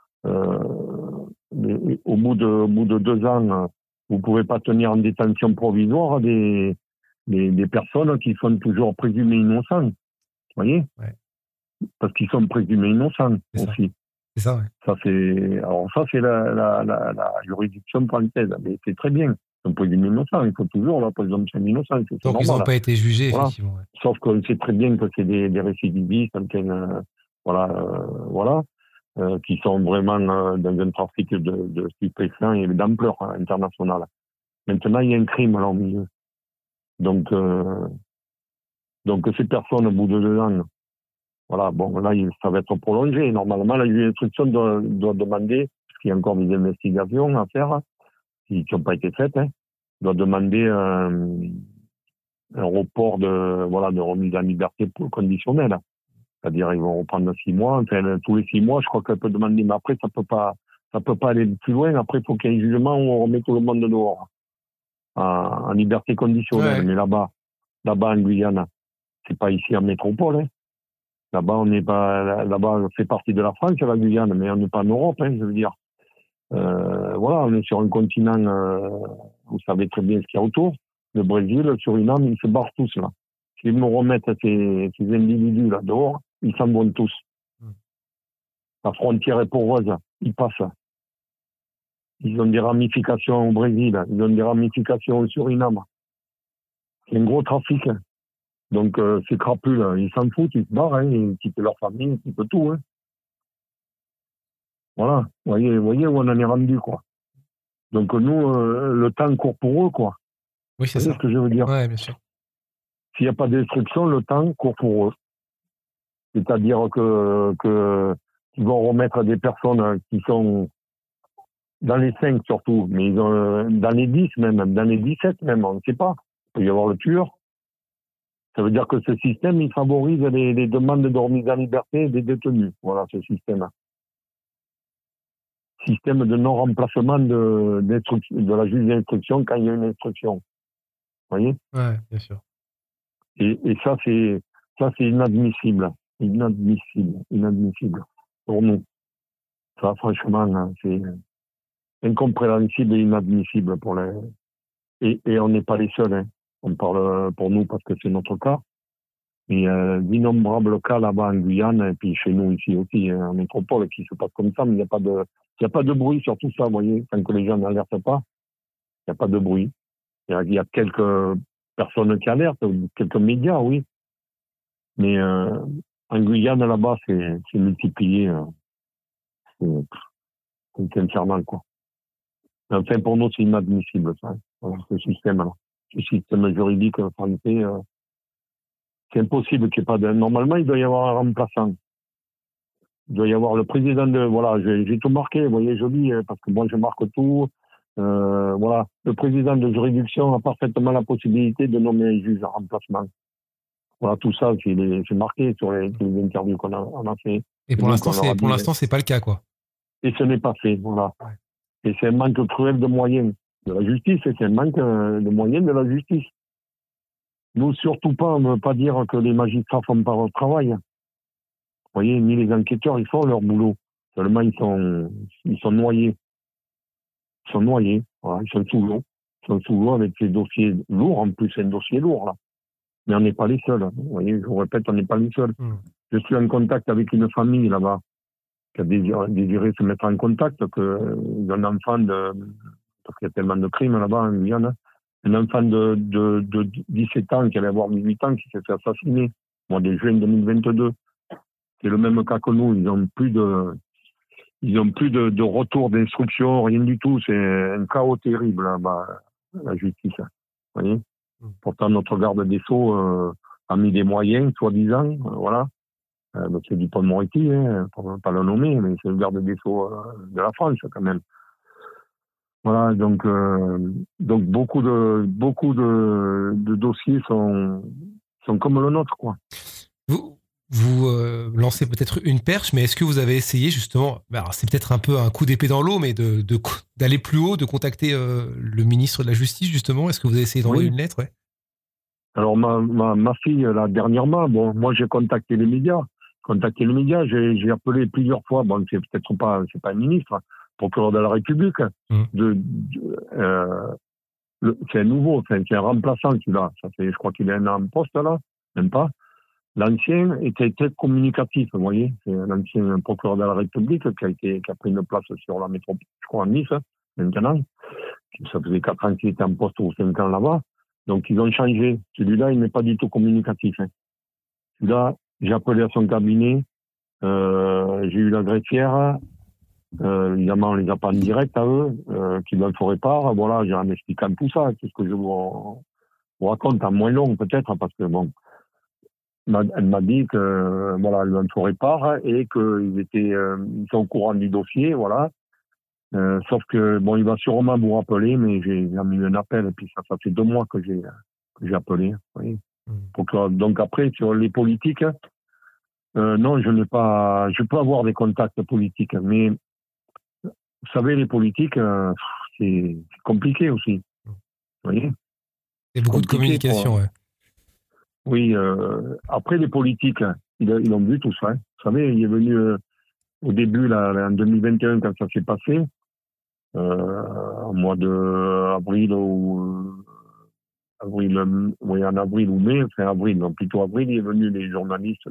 au bout de 2 ans, vous pouvez pas tenir en détention provisoire des personnes qui sont toujours présumées innocentes. Vous voyez? Ouais. Parce qu'ils sont présumés innocents aussi. C'est ça, ouais. Ça, c'est la juridiction française. Mais c'est très bien. Ils sont présumés innocents. Il faut toujours la présomption d'innocence. Donc, ils n'ont pas été jugés, voilà. Effectivement. Ouais. Sauf qu'on sait très bien que c'est des récidivistes. Voilà. qui sont vraiment dans un trafic de stupéfiants et d'ampleur internationale. Maintenant, il y a un crime là au milieu. Donc ces personnes, au bout de 2 ans, voilà, bon, là, ça va être prolongé. Normalement, la juge d'instruction doit demander, parce qu'il y a encore des investigations à faire, qui n'ont pas été faites, doit demander un report de remise en liberté conditionnelle. C'est-à-dire, ils vont reprendre 6 mois. Enfin, tous les 6 mois, je crois qu'elle peut demander, mais après, ça peut pas aller plus loin. Après, il faut qu'il y ait un jugement où on remet tout le monde dehors. En liberté conditionnelle. Ouais. Mais là-bas, en Guyane, c'est pas ici en métropole, Là-bas, on n'est pas, là-bas, on fait partie de la France, la Guyane, mais on n'est pas en Europe, je veux dire. Voilà, on est sur un continent, vous savez très bien ce qu'il y a autour. Le Brésil, le Suriname, ils se barrent tous, là. S'ils me remettent ces individus là dehors, ils s'en vont tous. La frontière est poreuse, ils passent. Ils ont des ramifications au Brésil, ils ont des ramifications au Suriname. C'est un gros trafic. Donc, ces crapules, ils s'en foutent, ils se barrent, ils quittent leur famille, ils quittent tout. Voilà, vous voyez où on en est rendu, quoi. Donc, nous, le temps court pour eux, quoi. Oui, c'est ça. Ce que je veux dire. Oui, bien sûr. S'il n'y a pas d'instruction, le temps court pour eux. C'est-à-dire qu'ils vont remettre des personnes qui sont dans les 5 surtout, mais ils ont, dans les 10 même, dans les 17 même, on ne sait pas. Il peut y avoir le tueur. Ça veut dire que ce système, il favorise les demandes de remise en liberté des détenus. Voilà, ce système. Système de non-remplacement de la juge d'instruction quand il y a une instruction. Vous voyez ? Ouais, bien sûr. Et ça, c'est inadmissible. Inadmissible. Pour nous. Ça, franchement, c'est incompréhensible et inadmissible pour les... Et on n'est pas les seuls, On parle pour nous parce que c'est notre cas. Mais d'innombrables cas là-bas en Guyane, et puis chez nous ici aussi, en métropole, qui se passe comme ça, mais il n'y a pas de bruit sur tout ça, vous voyez. Tant que les gens n'alertent pas, il n'y a pas de bruit. Il y a quelques personnes qui alertent, quelques médias, oui. Mais en Guyane, là-bas, c'est multiplié. C'est infernal, quoi. Enfin, pour nous, c'est inadmissible, ça. Ce système-là. Ce système juridique français, c'est impossible qu'il n'y ait pas de... Normalement, il doit y avoir un remplaçant. Il doit y avoir le président de... Voilà, j'ai tout marqué, vous voyez, je lis, parce que moi, je marque tout. Voilà, le président de juridiction a parfaitement la possibilité de nommer un juge en remplacement. Voilà, tout ça, c'est marqué sur les interviews qu'on a fait. Et pour l'instant, c'est pas le cas, quoi. Et ce n'est pas fait, voilà. Ouais. Et c'est un manque cruel de moyens de la justice, et c'est un manque de moyens de la justice. Nous, surtout pas, on ne veut pas dire que les magistrats font pas leur travail. Vous voyez, ni les enquêteurs, ils font leur boulot. Seulement, ils sont noyés. Ils sont noyés, voilà, ils sont sous l'eau. Ils sont sous l'eau avec ces dossiers lourds, en plus, c'est un dossier lourd, là. Mais on n'est pas les seuls. Vous voyez, je vous répète, on n'est pas les seuls. Je suis en contact avec une famille, là-bas, qui a désiré se mettre en contact, ils ont un enfant parce qu'il y a tellement de crimes là-bas en Guyane, un enfant de 17 ans qui allait avoir 18 ans qui s'est fait assassiner au mois de juin 2022. C'est le même cas que nous, ils ont plus de retour d'instruction, rien du tout, c'est un chaos terrible là-bas, la justice. Vous voyez ? Pourtant, notre garde des Sceaux a mis des moyens, soi-disant, voilà. C'est Dupond-Moretti, pour ne pas le nommer, mais c'est le garde des Sceaux de la France, quand même. Voilà, donc beaucoup de dossiers sont comme le nôtre, quoi. Vous lancez peut-être une perche, mais est-ce que vous avez essayé justement, alors c'est peut-être un peu un coup d'épée dans l'eau, mais d'aller plus haut, de contacter le ministre de la Justice, justement? Est-ce que vous avez essayé d'envoyer une lettre? Alors ma fille, là, dernièrement, bon, moi j'ai contacté les médias. J'ai appelé plusieurs fois, bon, c'est pas un ministre, procureur de la République. C'est un nouveau, c'est un remplaçant celui-là. Ça fait, je crois qu'il est un an en poste là, même pas. L'ancien était très communicatif, vous voyez. C'est l'ancien procureur de la République qui a pris une place sur la métropole, je crois, à Nice, maintenant. Ça faisait 4 ans qu'il était en poste ou 5 ans là-bas. Donc, ils ont changé. Celui-là, il n'est pas du tout communicatif. Celui-là, j'ai appelé à son cabinet. J'ai eu la greffière. Évidemment, on les a pas en direct à eux, qui m'en feraient part. Voilà, j'ai en expliquant tout ça, tout ce que je vous raconte en moins long peut-être, parce que bon, elle m'a dit que voilà, elle m'en ferait part et ils sont au courant du dossier, voilà. Sauf que bon, il va sûrement vous rappeler, mais j'ai mis un appel et puis ça fait 2 mois que j'ai appelé. Vous voyez. Donc après sur les politiques, non, je peux avoir des contacts politiques, mais vous savez, les politiques, c'est compliqué aussi. Vous voyez. C'est beaucoup de communication, ouais. Oui, après les politiques, ils l'ont vu tout ça. Hein. Vous savez, il est venu au début, là, en 2021, quand ça s'est passé, en mois d'avril en avril ou mai, enfin avril, non, plutôt avril, il est venu les journalistes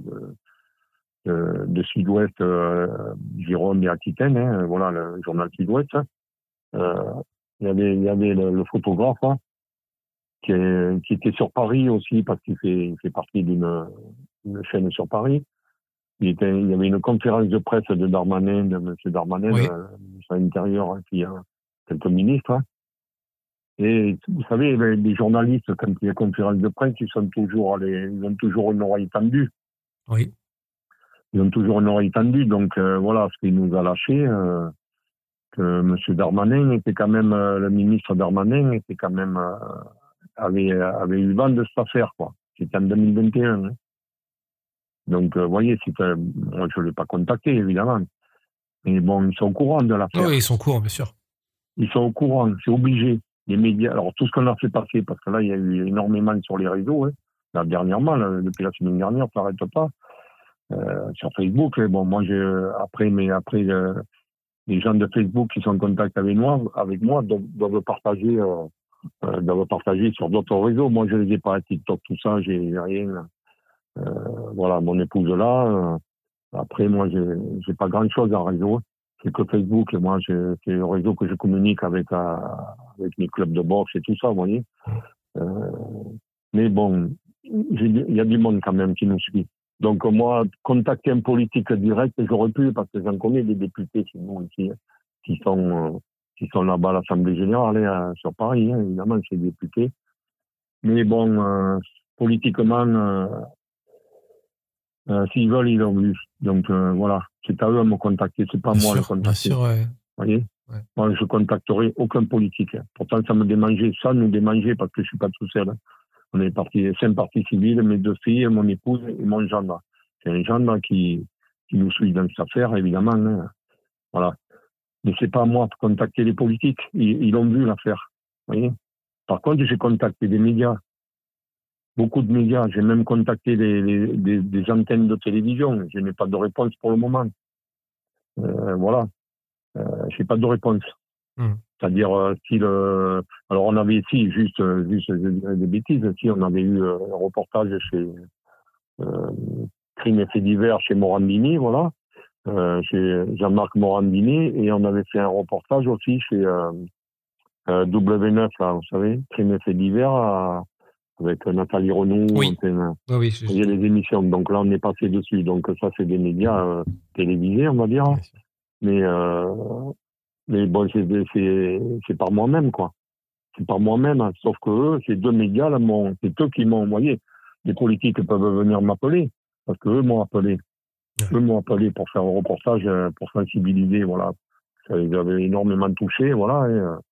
de Sud-Ouest, Gironde et Aquitaine, hein, voilà, le journal Sud-Ouest. Il y avait le photographe, hein, qui était sur Paris aussi, parce qu'il fait partie d'une chaîne sur Paris. Il y avait une conférence de presse de Darmanin, de M. Darmanin, oui. ministre de l'Intérieur, hein, puis quelques ministres. Hein. Et vous savez, les journalistes, quand il y a conférence de presse, ils ont toujours une oreille tendue. Oui. Ils ont toujours une oreille tendue. Donc voilà, ce qu'il nous a lâché, que M. Darmanin était quand même, le ministre Darmanin était quand même, avait eu vent de cette affaire, quoi. C'était en 2021. Hein. Donc, vous voyez, moi, je ne l'ai pas contacté, évidemment. Mais bon, ils sont au courant de l'affaire. Oui, ils sont au courant, bien sûr. Ils sont au courant, c'est obligé. Les médias, alors tout ce qu'on a fait passer, parce que là, il y a eu énormément sur les réseaux, hein. Là, dernièrement, là, depuis la semaine dernière, ça n'arrête pas. Sur Facebook, bon, moi, après, les gens de Facebook qui sont en contact avec moi doivent partager sur d'autres réseaux. Moi, je les ai pas à TikTok, tout ça, j'ai rien. Voilà, mon épouse là. Après, moi, j'ai pas grand chose en réseau. C'est que Facebook. Et moi, c'est le réseau que je communique avec mes clubs de boxe et tout ça, vous voyez. Mais bon, il y a du monde quand même qui nous suit. Donc moi, contacter un politique direct, j'aurais pu, parce que j'en connais des députés chez nous ici, qui sont là-bas à l'Assemblée Générale, hein, sur Paris, hein, évidemment, ces députés. Mais bon, politiquement, s'ils veulent, ils l'ont vu. Donc voilà, c'est à eux à me contacter, c'est pas moi à le contacter. Bien sûr, ouais. Vous voyez, ouais. Moi, je contacterai aucun politique. Pourtant, ça nous démangeait, parce que je suis pas tout seul. Hein. On est 5 parties civiles, mes 2 filles, mon épouse et mon gendre. C'est un gendre qui nous suit dans cette affaire, évidemment. Hein. Voilà. Mais c'est pas à moi de contacter les politiques. Ils ont vu l'affaire. Vous voyez. Par contre, j'ai contacté des médias. Beaucoup de médias. J'ai même contacté des antennes de télévision. Je n'ai pas de réponse pour le moment. Voilà. J'ai pas de réponse. C'est-à-dire, alors on avait ici, juste je dirais des bêtises, si on avait eu un reportage chez Crime et Faits divers chez Morandini, voilà, chez Jean-Marc Morandini, et on avait fait un reportage aussi chez W9, là, vous savez, Crime et Faits divers, avec Nathalie Renaud. Oui. Oui, il y a les émissions, donc là on est passé dessus, donc ça c'est des médias télévisés, on va dire, mais bon, c'est par moi-même, quoi. C'est par moi-même, hein. Sauf que eux, ces 2 médias, là, c'est eux qui m'ont envoyé. Les politiques peuvent venir m'appeler, parce que eux m'ont appelé. Eux m'ont appelé pour faire un reportage, pour sensibiliser, voilà. Ça les avait énormément touchés, voilà.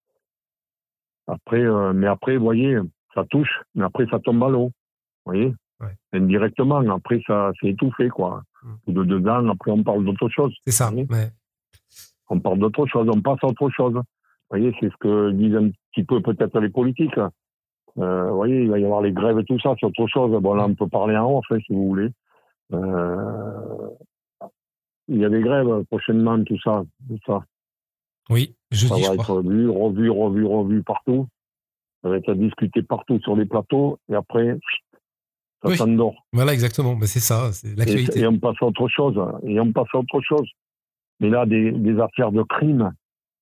Et mais après, vous voyez, ça touche, mais après, ça tombe à l'eau. Vous voyez? Ouais. Indirectement, après, ça s'est étouffé, quoi. Ou de 2 ans, après, on parle d'autre chose. C'est ça, ouais. On parle d'autre chose, on passe à autre chose. Vous voyez, c'est ce que disent un petit peu peut-être les politiques. Vous voyez, il va y avoir les grèves et tout ça, c'est autre chose. Bon, là, on peut parler en off, hein, si vous voulez. Il y a des grèves prochainement, tout ça. Oui, jeudi, ça va être revu partout. Ça va être discuté partout sur les plateaux. Et après, ça s'endort. Voilà, exactement. Ben, c'est ça, c'est l'actualité. Et on passe à autre chose. Mais là, des affaires de crime,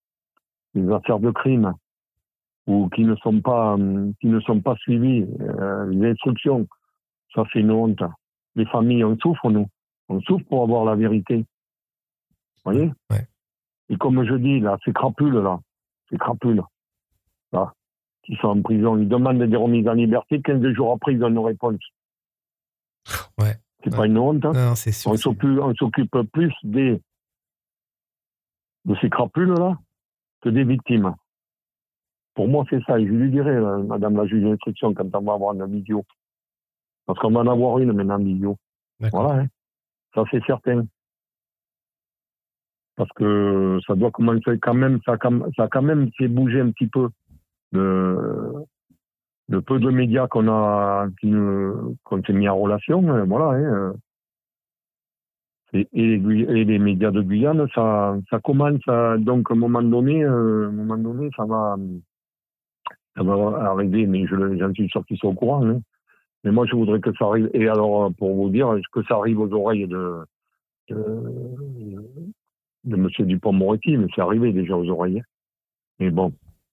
ou qui ne sont pas suivies, les instructions, ça c'est une honte. Les familles, on souffre, nous. On souffre pour avoir la vérité. Vous voyez? Ouais. Et comme je dis, là, ces crapules, là, qui sont en prison, ils demandent des remises en liberté, 15 jours après, ils donnent une réponse. Ouais. C'est pas une honte, hein? Non, c'est sûr. On s'occupe plus de ces crapules-là que des victimes. Pour moi, c'est ça. Et je lui dirai, madame la juge d'instruction, quand on va avoir une vidéo. Parce qu'on va en avoir une maintenant en vidéo. D'accord. Voilà, hein. Ça, c'est certain. Parce que ça doit commencer quand même, ça a quand même fait bouger un petit peu le peu de médias qu'on s'est mis en relation, voilà, hein. Et les médias de Guyane, ça commence donc à un moment donné, ça va arriver, mais j'en suis sûr qu'ils sont au courant, hein. Mais moi, je voudrais que ça arrive, et alors, pour vous dire, que ça arrive aux oreilles de monsieur Dupond-Moretti, mais c'est arrivé déjà aux oreilles. Mais bon.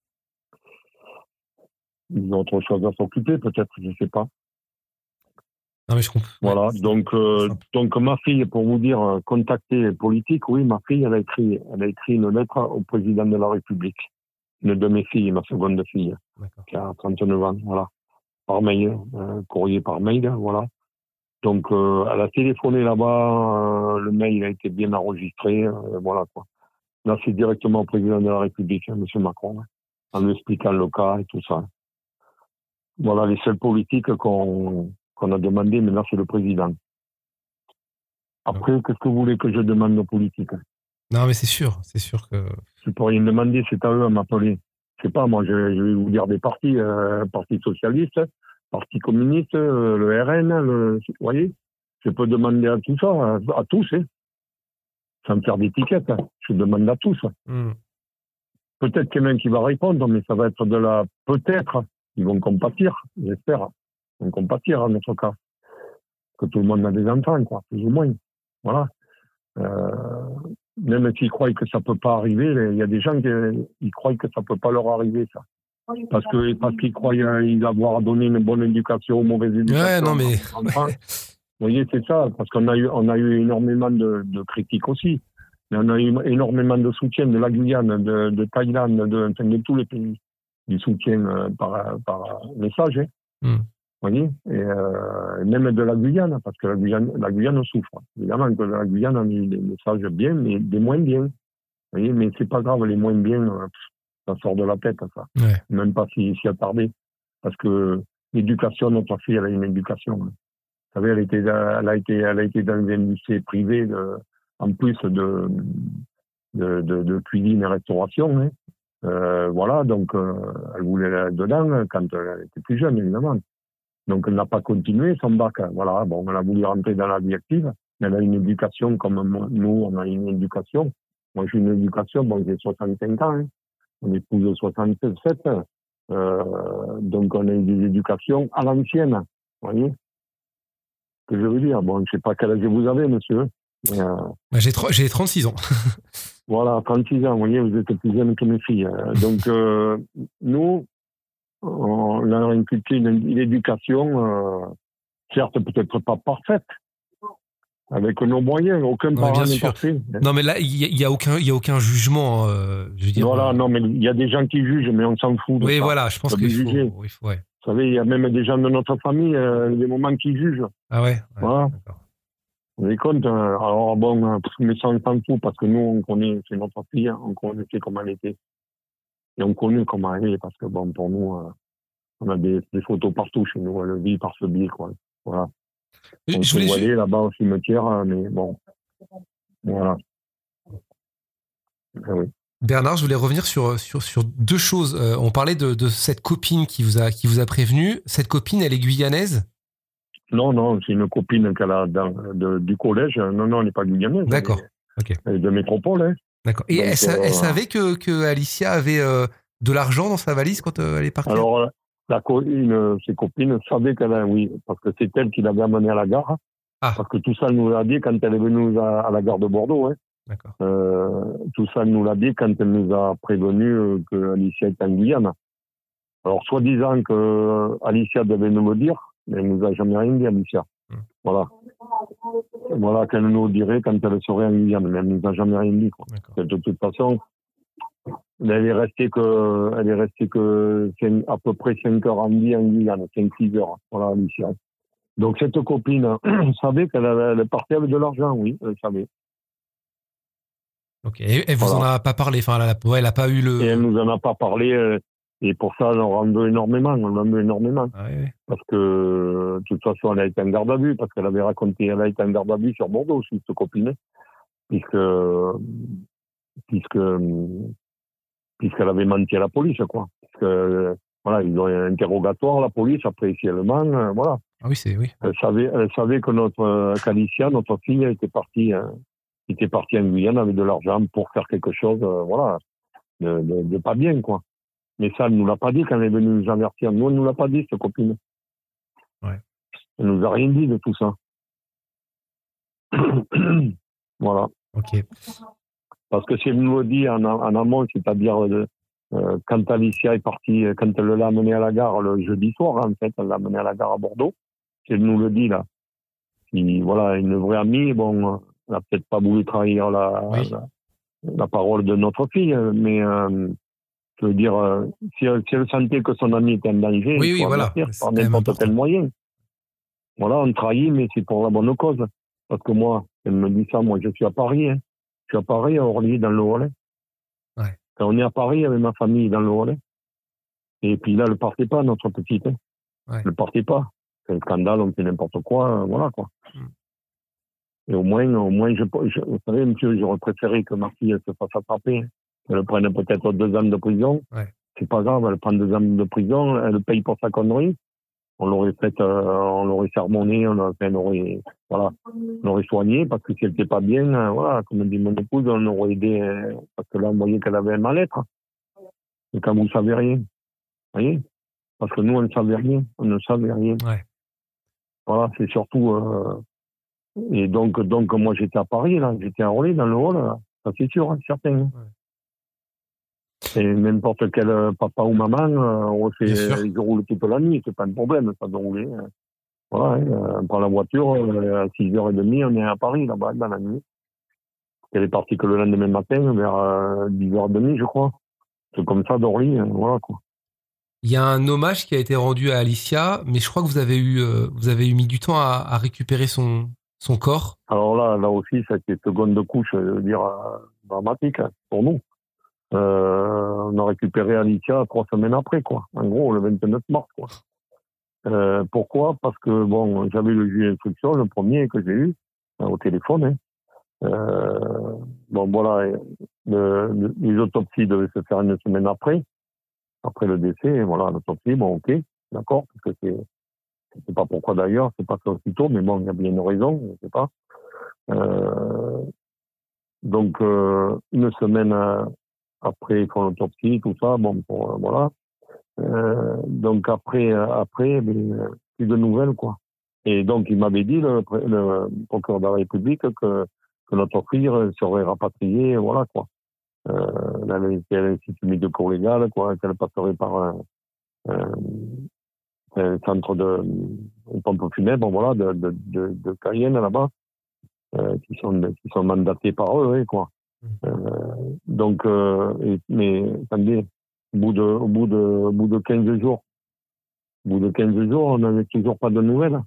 Ils ont autre chose à s'occuper, peut-être, je ne sais pas. Non, mais je comprends. Voilà, donc ma fille, pour vous dire, contacter politique, oui, ma fille, elle a écrit une lettre au président de la République. Une de mes filles, ma seconde fille, qui a 39 ans, voilà. Par mail, courrier par mail, voilà. Donc, elle a téléphoné là-bas, le mail a été bien enregistré, voilà, quoi. Là, c'est directement au président de la République, hein, M. Macron, hein, en lui expliquant le cas et tout ça. Voilà les seuls politiques qu'on a demandé, mais là, c'est le président. Après, qu'est-ce que vous voulez que je demande aux politiques? Non, mais c'est sûr que... Je peux rien demander, c'est à eux à m'appeler. Je sais pas, moi, je vais vous dire des partis, Parti socialiste, Parti communiste, le RN, vous voyez? Je peux demander à tout ça, à tous, hein. Sans me faire d'étiquette, hein. Je demande à tous. Peut-être qu'il y en a un qui va répondre, mais ça va être peut-être, ils vont compatir, j'espère. Ils vont compatir, en notre cas. Que tout le monde a des enfants, quoi, plus ou moins. Voilà. Même s'ils croient que ça peut pas arriver, il y a des gens qui croient que ça peut pas leur arriver, ça. Parce qu'ils croient avoir donné une bonne éducation, une mauvaise éducation. Ouais, non, mais... Enfin, vous voyez, c'est ça, parce qu'on a eu énormément de critiques aussi. Mais on a eu énormément de soutien de la Guyane, de Thaïlande, de tous les pays. Du soutien par message, hein. Vous voyez, et même de la Guyane, parce que la Guyane souffre. Évidemment que la Guyane a eu des messages bien, mais des moins bien. Vous voyez, mais c'est pas grave, les moins bien, ça sort de la tête, ça. Ouais. Même pas s'y attarder. Parce que l'éducation, notre fille, elle a une éducation. Vous savez, elle a été dans un lycée privé, en plus de cuisine et restauration, hein. Voilà, donc elle voulait aller dedans quand elle était plus jeune, évidemment. Donc elle n'a pas continué son bac. Voilà, bon, elle a voulu rentrer dans la vie active, mais elle a une éducation comme nous, on a une éducation. Moi, j'ai une éducation, bon, j'ai 65 ans, hein. On épouse 67, donc on a eu des éducations à l'ancienne, vous voyez ce que je veux dire. Bon, je ne sais pas quel âge vous avez, monsieur. Mais, j'ai 36 ans. Voilà, 36 ans, vous voyez, vous êtes plus jeune que mes filles. Donc, nous, on a inculqué une éducation, certes peut-être pas parfaite, avec nos moyens, aucun parent n'est parfait. Non, mais là, il y a aucun jugement, je veux dire. Voilà, non, mais il y a des gens qui jugent, mais on s'en fout de ça. Oui, voilà, je pense qu'il faut juger. Ouais. Vous savez, il y a même des gens de notre famille, des moments qui jugent. Ah ouais, voilà. D'accord. Vous avez compte, alors bon, mais ça on s'en fout, parce que nous, on connaît, c'est notre fille, on connaissait comment elle était. Et on connaît comment elle est, parce que bon, pour nous, on a des photos partout chez nous, elle vit par ce biais, quoi. Voilà. On peut aller là-bas au cimetière, mais bon. Voilà. Oui. Bernard, je voulais revenir sur deux choses. On parlait de cette copine qui vous a prévenu. Cette copine, elle est guyanaise? Non, c'est une copine qu'elle a du collège. Non, elle n'est pas guyanaise. D'accord. Ok. Elle est de métropole, hein. D'accord. Et donc, elle savait que Alicia avait de l'argent dans sa valise quand elle est partie? Alors, ses copines savaient oui, parce que c'est elle qui l'avait amenée à la gare. Ah. Parce que tout ça, elle nous l'a dit quand elle est venue à la gare de Bordeaux, hein. D'accord. Tout ça, elle nous l'a dit quand elle nous a prévenu que Alicia était en Guyane. Alors, soi-disant que Alicia devait nous le dire, mais elle nous a jamais rien dit, Alicia. Voilà qu'elle nous dirait quand elle serait en Guyane, mais elle nous a jamais rien dit, quoi. De toute façon, elle est restée que à peu près 5 heures en vie en Guyane, 5-6 heures. Voilà, Alicia. Donc, cette copine savait qu'elle partait avec de l'argent, oui, elle savait. Ok. Et vous en a pas parlé, enfin, elle a pas eu le. Et elle nous en a pas parlé, et pour ça, on en veut énormément. Ah, oui. Parce que, de toute façon, elle a été en garde à vue, parce qu'elle avait raconté, elle a été en garde à vue sur Bordeaux aussi, cette copine, puisqu'elle avait menti à la police, quoi. Voilà, ils ont un interrogatoire, la police, après, si elle ment, voilà. Ah oui, oui. Elle savait que qu'Alicia, notre fille, était partie en Guyane avec de l'argent pour faire quelque chose, voilà, de pas bien, quoi. Mais ça, elle nous l'a pas dit quand elle est venue nous avertir. Nous, elle nous l'a pas dit, cette copine. Ouais. Elle nous a rien dit de tout ça. Voilà. Ok. Parce que si elle nous le dit en amont, c'est-à-dire quand Alicia est partie, quand elle l'a amenée à la gare le jeudi soir, en fait, elle l'a amenée à la gare à Bordeaux, si elle nous le dit, là, voilà, une vraie amie, bon, elle n'a peut-être pas voulu trahir la parole de notre fille, mais je veux dire, si elle sentait que son ami était en danger, il faut avertir par n'importe quel moyen. Voilà, on trahit, mais c'est pour la bonne cause. Parce que moi, elle me dit ça, moi je suis à Paris, hein. Je suis à Paris, à Orly, dans le Haut-Rhin. Ouais. Quand on est à Paris avec ma famille dans le Haut-Rhin. Et puis là, elle ne partait pas, notre petite. Hein. Ouais. Elle ne partait pas. C'est un scandale, on fait n'importe quoi, voilà quoi. Et au moins, vous savez, monsieur, j'aurais préféré que ma fille se fasse attraper. Elle prenne peut-être 2 ans de prison. Ouais. C'est pas grave, elle prend 2 ans de prison, elle paye pour sa connerie. On l'aurait sermonné, on l'aurait soigné, parce que si elle n'était pas bien, voilà, comme dit mon épouse, on l'aurait aidé, parce que là, on voyait qu'elle avait un mal-être. Et quand vous ne savez rien, vous voyez? Parce que nous, on ne savait rien. Ouais. Voilà, c'est surtout, et donc, moi, j'étais à Paris, là, j'étais à Orly, dans le hall, là. Ça, c'est sûr, hein, certain. Ouais. Et n'importe quel papa ou maman, ils roulent toute la nuit, c'est pas un problème, ça de rouler. Voilà, on prend la voiture, à 6h30, on est à Paris, là-bas, dans la nuit. Elle est partie que le lendemain matin, vers 10h30, je crois. C'est comme ça, d'Orly, voilà, quoi. Il y a un hommage qui a été rendu à Alicia, mais je crois que vous avez eu mis du temps à récupérer son corps. Alors là aussi, ça a été seconde couche, je veux dire, dramatique, hein, pour nous. On a récupéré Alicia 3 semaines après, quoi. En gros, le 29 mars, quoi. Pourquoi? Parce que, bon, j'avais le juge d'instruction, le premier que j'ai eu, au téléphone, hein. Bon, voilà, les autopsies devaient se faire 1 semaine après le décès, voilà, l'autopsie, bon, ok, d'accord, parce que je sais pas pourquoi d'ailleurs, c'est pas fait aussitôt, mais bon, il y a bien une raison, je sais pas. Donc, 1 semaine après, ils font l'autopsie, tout ça, bon, voilà. Donc après, plus de nouvelles, quoi. Et donc, il m'avait dit, le procureur de la République, que notre fille serait rapatriée, voilà, quoi. Elle avait été à l'Institut médico-légal, quoi, qu'elle passerait par un centre de pompe funèbre, voilà, de Cayenne, là-bas, qui sont mandatés par eux, quoi. Donc, mais attendez, au bout de 15 jours, on n'avait toujours pas de nouvelles.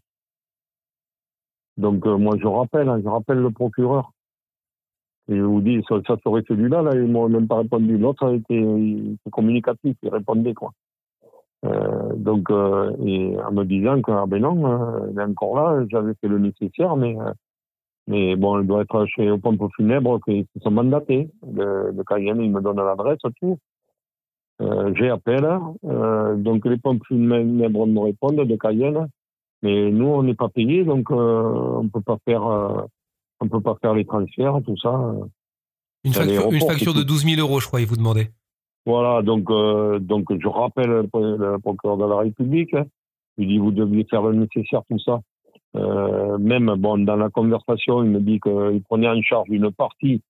Donc, moi, je rappelle le procureur. Et je vous dis, ça serait celui-là, là, ils m'ont même pas répondu. L'autre a été communicatif, il répondait, quoi. Donc, et en me disant que, ah ben non, elle est encore là, j'avais fait le nécessaire, mais bon, elle doit être chez aux pompes funèbres qui sont mandatés. De Cayenne, il me donne l'adresse, tout. J'appelle, donc les pompes funèbres me répondent de Cayenne, mais nous, on n'est pas payés, donc on peut pas faire les transferts, tout ça. Une facture de 12 000 €, je crois, il vous demandait. Voilà, donc je rappelle le procureur de la République, je lui dis, vous deviez faire le nécessaire, tout ça. Même, bon, dans la conversation, il me dit qu'il prenait en charge une partie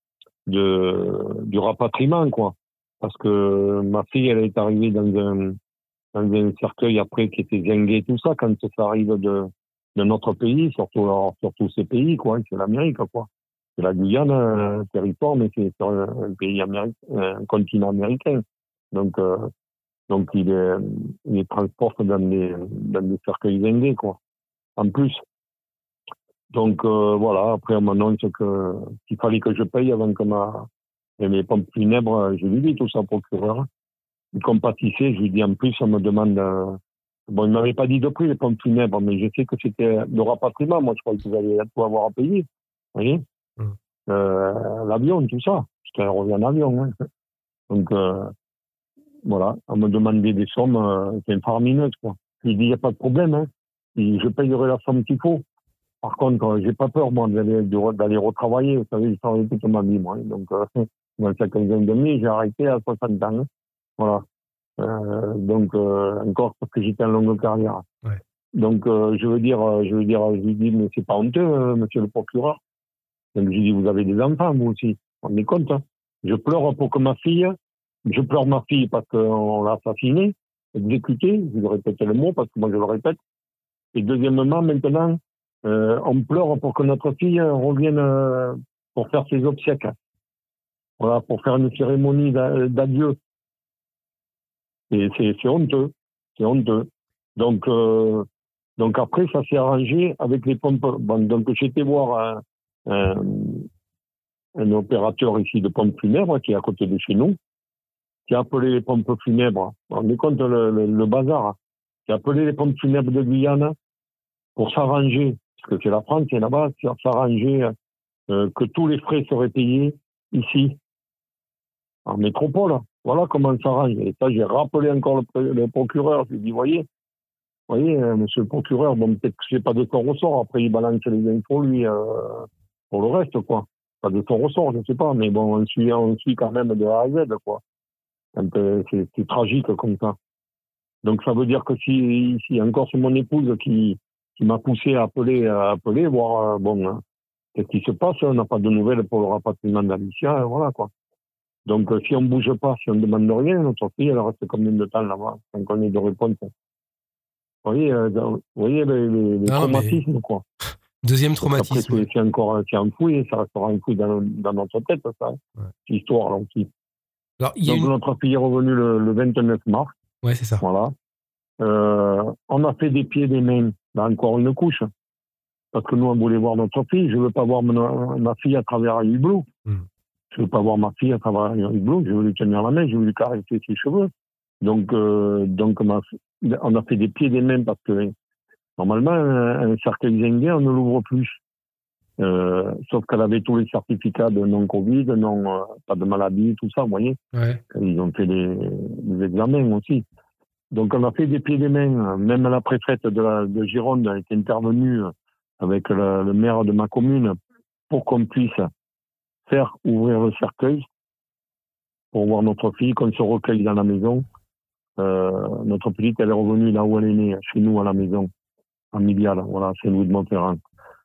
du rapatriement, quoi. Parce que ma fille, elle est arrivée dans un cercueil après qui était zingué, tout ça, quand ça arrive notre pays, surtout ces pays, quoi. C'est l'Amérique, quoi. C'est la Guyane, un territoire, mais c'est un pays américain, un continent américain. Donc il est transporte dans des cercueils indés, quoi. En plus. Donc, voilà. Après, on m'annonce qu'il fallait que je paye avant que mes pompes funèbres, je lui dis tout ça au procureur. Il compatissait, je lui dis en plus, on me demande, bon, il m'avait pas dit de prix les pompes funèbres, mais je sais que c'était le rapatriement. Moi, je crois que vous allez tout avoir à payer. Vous voyez? L'avion, tout ça. Je reviens en avion, hein. Donc, voilà. On me demandait des sommes, faramineuses, quoi. Je lui dis, il n'y a pas de problème, hein. Je payerai la somme qu'il faut. Par contre, j'ai pas peur, moi, d'aller retravailler. Vous savez, j'ai travaillé toute ma vie, moi. Donc, dans cette quinzaine et demi, j'ai arrêté à 60 ans. Hein. Voilà. Donc, encore parce que j'étais en longue carrière. Ouais. Donc, je lui dis, mais c'est pas honteux, monsieur le procureur. Donc, je lui dis, vous avez des enfants, vous aussi. Vous vous rendez compte, hein. Je pleure ma fille parce qu'on l'a assassinée, exécutée. Je lui répète le mot parce que moi, je le répète. Et deuxièmement, maintenant, on pleure pour que notre fille revienne pour faire ses obsèques. Voilà, pour faire une cérémonie d'adieu. Et c'est honteux. C'est honteux. Donc après, ça s'est arrangé avec les pompes. Bon, donc j'étais voir un opérateur ici de pompes funèbres qui est à côté de chez nous, qui a appelé les pompes funèbres. On est compte le bazar. Qui a appelé les pompes funèbres de Guyane pour s'arranger. Parce que c'est la France, et là-bas, s'arranger que tous les frais seraient payés ici, en métropole. Voilà comment on s'arrange. Et ça, j'ai rappelé encore le procureur. Je lui ai dit, voyez, monsieur le procureur, bon, peut-être que c'est pas de son ressort. Après, il balance les infos, lui, pour le reste, quoi. Pas de son ressort, je sais pas. Mais bon, on suit quand même de A à Z, quoi. C'est tragique comme ça. Donc, ça veut dire que si encore c'est mon épouse qui m'a poussé à appeler, voir, qu'est-ce qui se passe, on n'a pas de nouvelles pour le rapatriement d'Alicia, voilà, quoi. Donc, si on bouge pas, si on demande rien, notre fille, elle reste combien de temps là-bas, sans qu'on ait de réponse. Vous voyez les traumatismes, quoi. Deuxième traumatisme. Après, c'est enfoui, et ça restera enfoui dans notre tête, ça, ouais. Cette histoire-là aussi. Alors, donc, notre fille est revenue le 29 mars. Ouais, c'est ça. Voilà. On a fait des pieds et des mains dans encore une couche. Parce que nous, on voulait voir notre fille. Je veux pas voir ma fille à travers un hublot. Je veux pas voir ma fille à travers un hublot. Je veux lui tenir la main, je veux lui caresser ses cheveux. Donc on a fait des pieds et des mains parce que normalement, un cercueil indien, on ne l'ouvre plus. Sauf qu'elle avait tous les certificats de non-Covid, pas de maladie, tout ça, vous voyez. Ouais. Ils ont fait des examens aussi. Donc on a fait des pieds et des mains. Même la préfète de Gironde est intervenue avec le maire de ma commune pour qu'on puisse faire ouvrir le cercueil pour voir notre fille, qu'on se recueille dans la maison. Notre petite, elle est revenue là où elle est née, chez nous à la maison, en Milial, voilà, c'est Louis de Montferrand.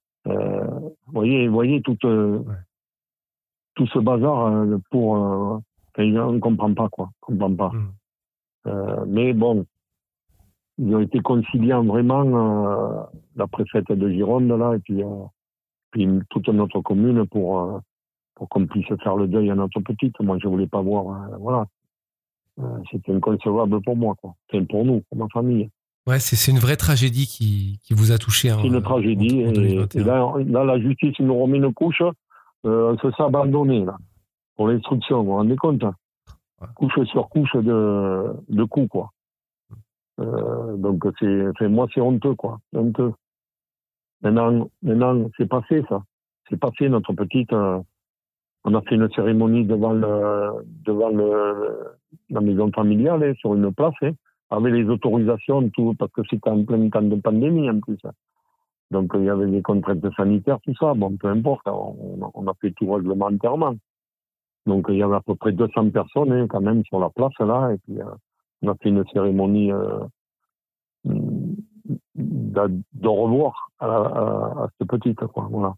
Voyez tout ce bazar pour on ne comprend pas, quoi. On comprend pas. Mais bon, ils ont été conciliants vraiment, la préfète de Gironde là, et puis toute notre commune pour qu'on puisse faire le deuil à notre petite. Moi, je voulais pas voir, voilà. C'était inconcevable pour moi, quoi. C'était pour nous, pour ma famille. Ouais, c'est une vraie tragédie qui vous a touché. C'est une tragédie, et là, la justice nous remet une couche, on se sent abandonné, là, pour l'instruction, vous vous rendez compte, hein. Couche sur couche de coups, quoi. Donc, moi, c'est honteux, quoi. Honteux. Maintenant, c'est passé, ça. C'est passé, notre petite, on a fait une cérémonie devant la maison familiale, hein, sur une place, hein, avec les autorisations, tout, parce que c'était en plein temps de pandémie, en plus. Hein. Donc, il y avait des contraintes sanitaires, tout ça. Bon, peu importe, on a fait tout réglementairement. Donc, il y avait à peu près 200 personnes, hein, quand même, sur la place, là, et puis, on a fait une cérémonie de revoir à cette petite, quoi, voilà.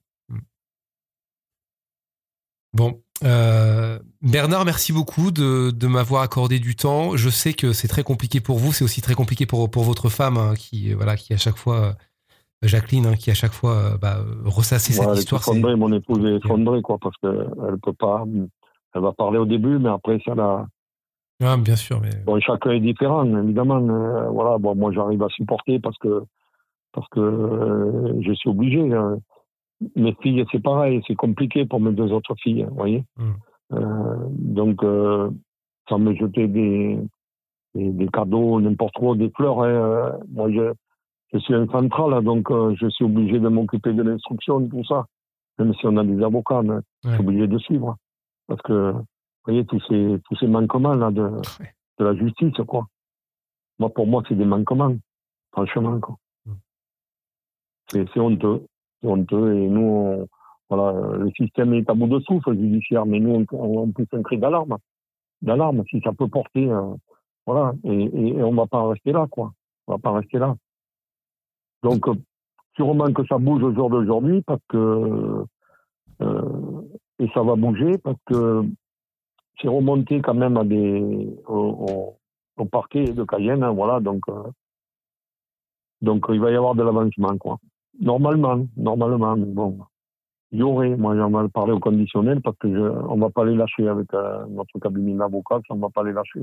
Bon, Bernard, merci beaucoup de m'avoir accordé du temps. Je sais que c'est très compliqué pour vous, c'est aussi très compliqué pour votre femme, hein, qui à chaque fois Jacqueline, qui à chaque fois ressassait cette histoire. Mon épouse est effondrée, quoi, parce qu'elle peut pas. Elle va parler au début, mais après, ça la. Ah, bien sûr. Mais... Bon, chacun est différent, évidemment. Voilà, bon, moi, j'arrive à supporter parce que je suis obligé. Mes filles, c'est pareil, c'est compliqué pour mes 2 autres filles, vous voyez. Donc, sans me jeter des cadeaux, n'importe quoi, des fleurs. Moi, je suis un central, donc je suis obligé de m'occuper de l'instruction, tout ça. Même si on a des avocats, je suis obligé de suivre. Parce que, vous voyez, tous ces manquements là de la justice, quoi. Moi, pour moi, c'est des manquements, franchement, quoi. C'est honteux. C'est honteux. Et nous, voilà, le système est à bout de souffle judiciaire, mais nous, on pousse un cri d'alarme. D'alarme, si ça peut porter, voilà. Et on va pas rester là, quoi. On va pas rester là. Donc, sûrement que ça bouge au jour d'aujourd'hui, parce que et ça va bouger, parce que c'est remonté quand même au parquet de Cayenne, voilà. Donc, il va y avoir de l'avancement, quoi. Normalement, bon. Il y aurait, moi j'en ai parlé au conditionnel, parce que on va pas les lâcher avec notre cabinet d'avocats, on va pas les lâcher.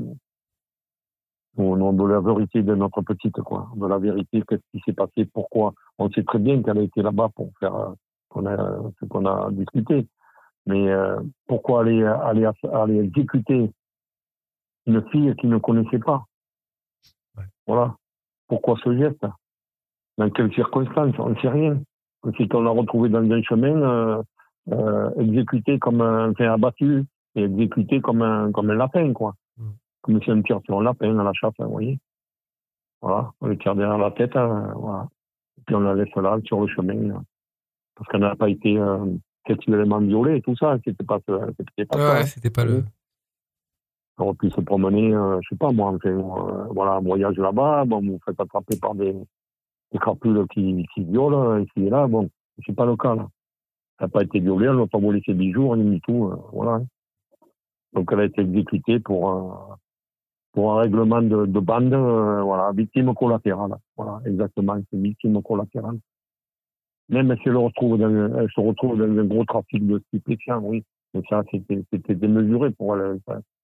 On de la vérité de notre petite, quoi. De la vérité, qu'est-ce qui s'est passé, pourquoi. On sait très bien qu'elle a été là-bas pour faire ce qu'on a discuté. Mais pourquoi aller exécuter une fille qui ne connaissait pas? Voilà. Pourquoi ce geste? Dans quelles circonstances? On ne sait rien. C'est qu'on l'a retrouvé dans un chemin, exécuté abattu, et exécuté comme un lapin, quoi. Comme si on tire sur un lapin à la chasse, vous voyez. Voilà, on le tire derrière la tête, voilà. Et puis on la laisse là, sur le chemin, parce qu'elle n'a pas été sexuellement violée et tout ça, c'était pas ça. C'était pas le... On aurait pu se promener, je sais pas moi, voilà, un voyage là-bas, bon, vous faites attraper par des crapules qui violent, ici et là, bon, c'est pas le cas, là. Elle n'a pas été violée, elle n'a pas volé ses bijoux, rien du tout, voilà. Donc elle a été exécutée pour un règlement de bande, voilà, victime collatérale. Voilà, exactement, c'est victime collatérale. Même si elle se retrouve dans un gros trafic de stupéfiants, oui. Mais ça, c'était démesuré pour elle.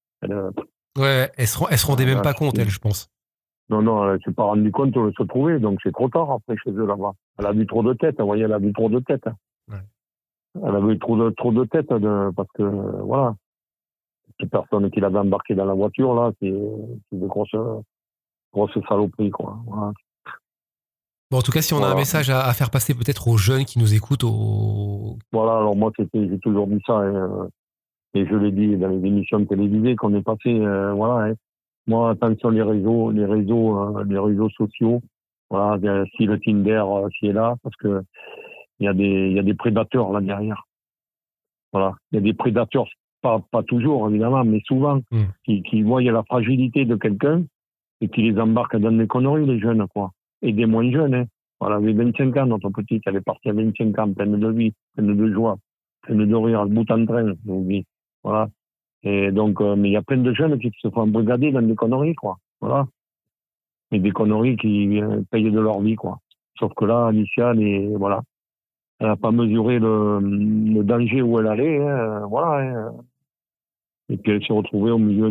Elle se rendait même pas compte, elle, je pense. Non, elle s'est pas rendue compte de se trouver, donc c'est trop tard après chez eux là-bas. Elle a vu trop de têtes, vous voyez, elle a vu trop de têtes. Ouais. Elle a vu trop de têtes, parce que, voilà. Ces personnes qui l'avaient embarqué dans la voiture, là, c'est de grosses saloperies, quoi. Voilà. Bon, en tout cas, si on a un message à faire passer peut-être aux jeunes qui nous écoutent, Voilà, alors moi, j'ai toujours dit ça, et je l'ai dit dans les émissions télévisées qu'on est passé, voilà. Moi, attention, les réseaux sociaux, voilà, si le Tinder, si est là, parce que il y a des prédateurs là derrière. Voilà, il y a des prédateurs. Pas toujours, évidemment, mais souvent, qui voient la fragilité de quelqu'un et qui les embarquent dans des conneries, les jeunes, quoi. Et des moins jeunes, hein. Voilà, elle avait 25 ans, notre petite, elle est partie à 25 ans, pleine de vie, pleine de joie, pleine de rire, le bout en train, je vous dis. Voilà. Et donc, mais il y a plein de jeunes qui se font brigader dans des conneries, quoi. Voilà. Et des conneries qui payent de leur vie, quoi. Sauf que là, Alicia, voilà. Elle n'a pas mesuré le danger où elle allait, hein, voilà, hein. Et puis elle s'est retrouvée au milieu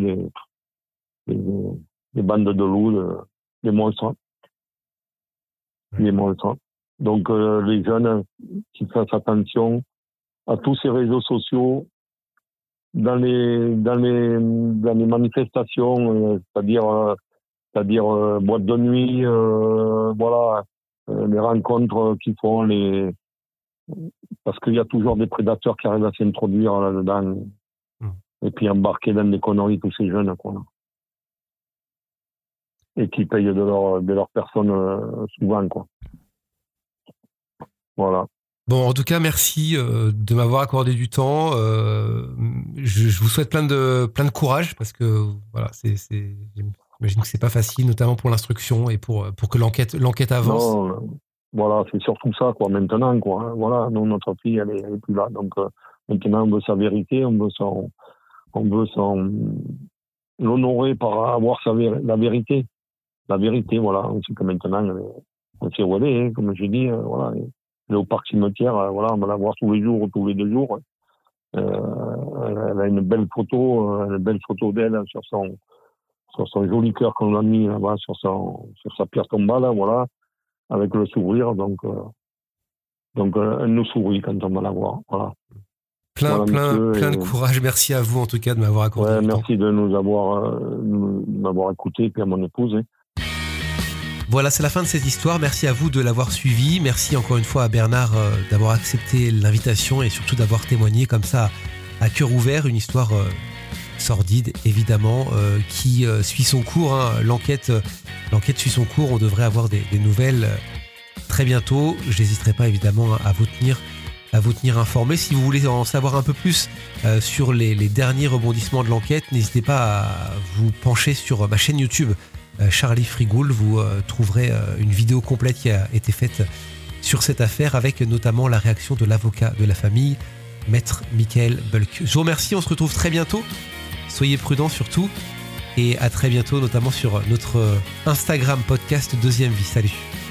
des bandes de loups, des monstres. Des monstres. Donc les jeunes qui fassent attention à tous ces réseaux sociaux dans les manifestations, c'est-à-dire boîte de nuit, voilà, les rencontres qu'ils font, parce qu'il y a toujours des prédateurs qui arrivent à s'introduire là-dedans. Et puis embarquer dans des conneries tous ces jeunes, quoi. Et qui payent de leur personne souvent, quoi. Voilà. Bon, en tout cas, merci de m'avoir accordé du temps. Je vous souhaite plein de courage, parce que voilà, j'imagine que c'est pas facile, notamment pour l'instruction et pour que l'enquête avance. Non, voilà, c'est surtout ça, quoi. Maintenant, quoi. Hein, voilà, nous, notre fille, elle est plus là, donc maintenant on veut sa vérité, on veut l'honorer par avoir la vérité. La vérité, voilà. On sait que maintenant, on s'est rodé, comme je dis, voilà. Elle est au parc cimetière, voilà, on va la voir tous les jours ou tous les 2 jours. Elle a une belle photo d'elle sur son joli cœur qu'on a mis là-bas, sur sa pierre tombale, voilà, avec le sourire. Donc, elle nous sourit quand on va la voir, voilà. Plein de courage. Merci à vous, en tout cas, de m'avoir accordé le temps. Merci de m'avoir écouté, puis à mon épouse. Voilà, c'est la fin de cette histoire. Merci à vous de l'avoir suivi. Merci encore une fois à Bernard d'avoir accepté l'invitation et surtout d'avoir témoigné comme ça à cœur ouvert. Une histoire sordide, évidemment, qui suit son cours. Hein. L'enquête suit son cours. On devrait avoir des nouvelles très bientôt. Je n'hésiterai pas évidemment à vous tenir informé. Si vous voulez en savoir un peu plus sur les derniers rebondissements de l'enquête, n'hésitez pas à vous pencher sur ma chaîne YouTube Charlie Frigoul. Vous trouverez une vidéo complète qui a été faite sur cette affaire avec notamment la réaction de l'avocat de la famille, Maître Michael Bulk. Je vous remercie, on se retrouve très bientôt. Soyez prudents surtout et à très bientôt, notamment sur notre Instagram podcast Deuxième Vie. Salut.